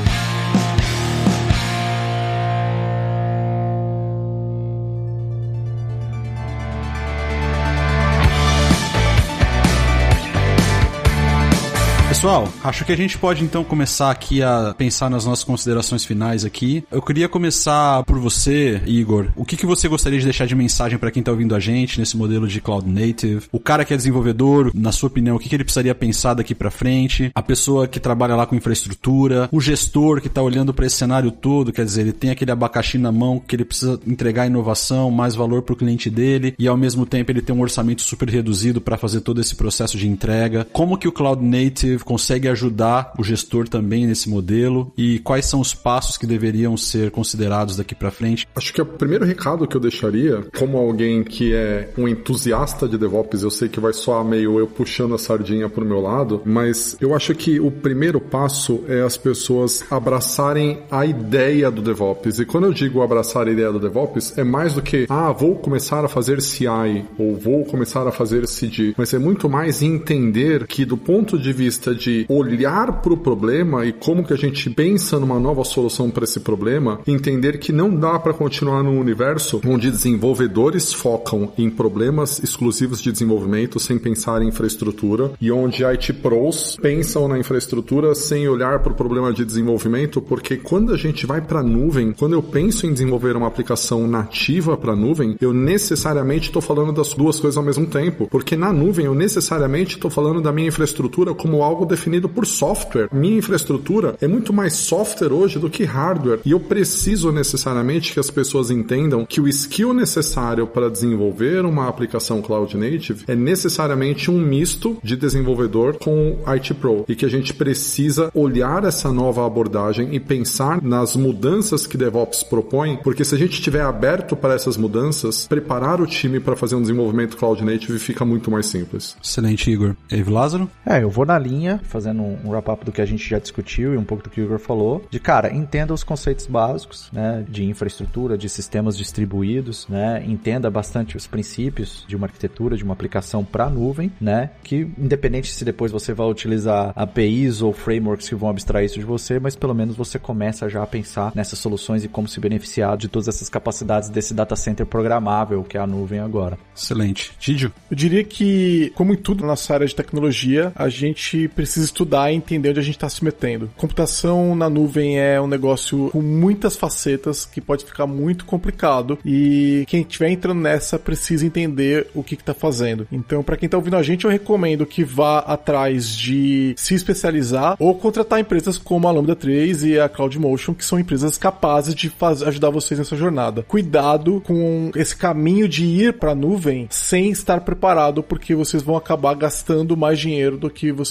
B: Pessoal, acho que a gente pode então começar aqui a pensar nas nossas considerações finais aqui. Eu queria começar por você, Igor. O que você gostaria de deixar de mensagem para quem tá ouvindo a gente nesse modelo de Cloud Native? O cara que é desenvolvedor, na sua opinião, o que ele precisaria pensar daqui para frente? A pessoa que trabalha lá com infraestrutura? O gestor que tá olhando para esse cenário todo, quer dizer, ele tem aquele abacaxi na mão que ele precisa entregar inovação, mais valor pro cliente dele e ao mesmo tempo ele tem um orçamento super reduzido para fazer todo esse processo de entrega. Como que o Cloud Native consegue ajudar o gestor também nesse modelo e quais são os passos que deveriam ser considerados daqui para frente?
D: Acho que o primeiro recado que eu deixaria, como alguém que é um entusiasta de DevOps, eu sei que vai soar meio eu puxando a sardinha pro meu lado, mas eu acho que o primeiro passo é as pessoas abraçarem a ideia do DevOps. E quando eu digo abraçar a ideia do DevOps, é mais do que, vou começar a fazer CI ou vou começar a fazer CD, mas é muito mais entender que do ponto de vista de olhar para o problema e como que a gente pensa numa nova solução para esse problema, entender que não dá para continuar num universo onde desenvolvedores focam em problemas exclusivos de desenvolvimento sem pensar em infraestrutura e onde IT Pros pensam na infraestrutura sem olhar para o problema de desenvolvimento, porque quando a gente vai para a nuvem, quando eu penso em desenvolver uma aplicação nativa para a nuvem, eu necessariamente estou falando das duas coisas ao mesmo tempo, porque na nuvem eu necessariamente estou falando da minha infraestrutura como algo definido por software. Minha infraestrutura é muito mais software hoje do que hardware e eu preciso necessariamente que as pessoas entendam que o skill necessário para desenvolver uma aplicação Cloud Native é necessariamente um misto de desenvolvedor com IT Pro e que a gente precisa olhar essa nova abordagem e pensar nas mudanças que DevOps propõe, porque se a gente estiver aberto para essas mudanças, preparar o time para fazer um desenvolvimento Cloud Native fica muito mais simples.
B: Excelente, Igor. Eve Lázaro?
C: Eu vou na linha, fazendo um wrap-up do que a gente já discutiu e um pouco do que o Igor falou, de cara, entenda os conceitos básicos, né, de infraestrutura, de sistemas distribuídos, né, entenda bastante os princípios de uma arquitetura, de uma aplicação para nuvem, né, que independente se depois você vai utilizar APIs ou frameworks que vão abstrair isso de você, mas pelo menos você começa já a pensar nessas soluções e como se beneficiar de todas essas capacidades desse data center programável que é a nuvem agora.
B: Excelente. Didio?
E: Eu diria que, como em tudo na nossa área de tecnologia, a gente precisa estudar e entender onde a gente está se metendo. Computação na nuvem é um negócio com muitas facetas que pode ficar muito complicado e quem estiver entrando nessa precisa entender o que está fazendo. Então, para quem está ouvindo a gente, eu recomendo que vá atrás de se especializar ou contratar empresas como a Lambda 3 e a CloudMotion, que são empresas capazes de ajudar vocês nessa jornada. Cuidado com esse caminho de ir para a nuvem sem estar preparado, porque vocês vão acabar gastando mais dinheiro do que vocês esperavam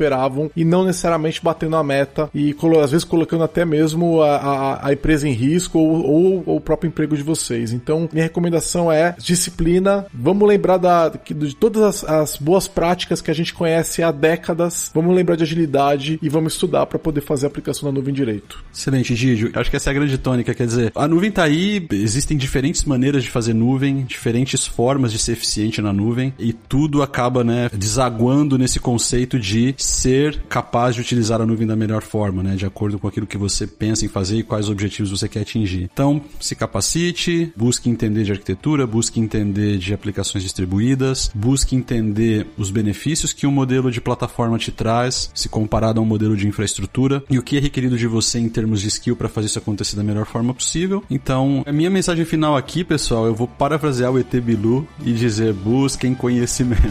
E: esperavam e não necessariamente batendo a meta e às vezes colocando até mesmo a empresa em risco ou o próprio emprego de vocês. Então, minha recomendação é disciplina. Vamos lembrar de todas as boas práticas que a gente conhece há décadas. Vamos lembrar de agilidade e vamos estudar para poder fazer a aplicação da nuvem direito.
B: Excelente, Gídio. Acho que essa é a grande tônica. Quer dizer, a nuvem tá aí, existem diferentes maneiras de fazer nuvem, diferentes formas de ser eficiente na nuvem e tudo acaba, né, desaguando nesse conceito de ser capaz de utilizar a nuvem da melhor forma, né, de acordo com aquilo que você pensa em fazer e quais objetivos você quer atingir. Então, se capacite, busque entender de arquitetura, busque entender de aplicações distribuídas, busque entender os benefícios que um modelo de plataforma te traz, se comparado a um modelo de infraestrutura, e o que é requerido de você em termos de skill para fazer isso acontecer da melhor forma possível. Então, a minha mensagem final aqui, pessoal, eu vou parafrasear o ET Bilu e dizer: busquem conhecimento.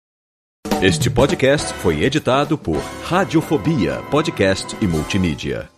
F: Este podcast foi editado por Radiofobia, podcast e multimídia.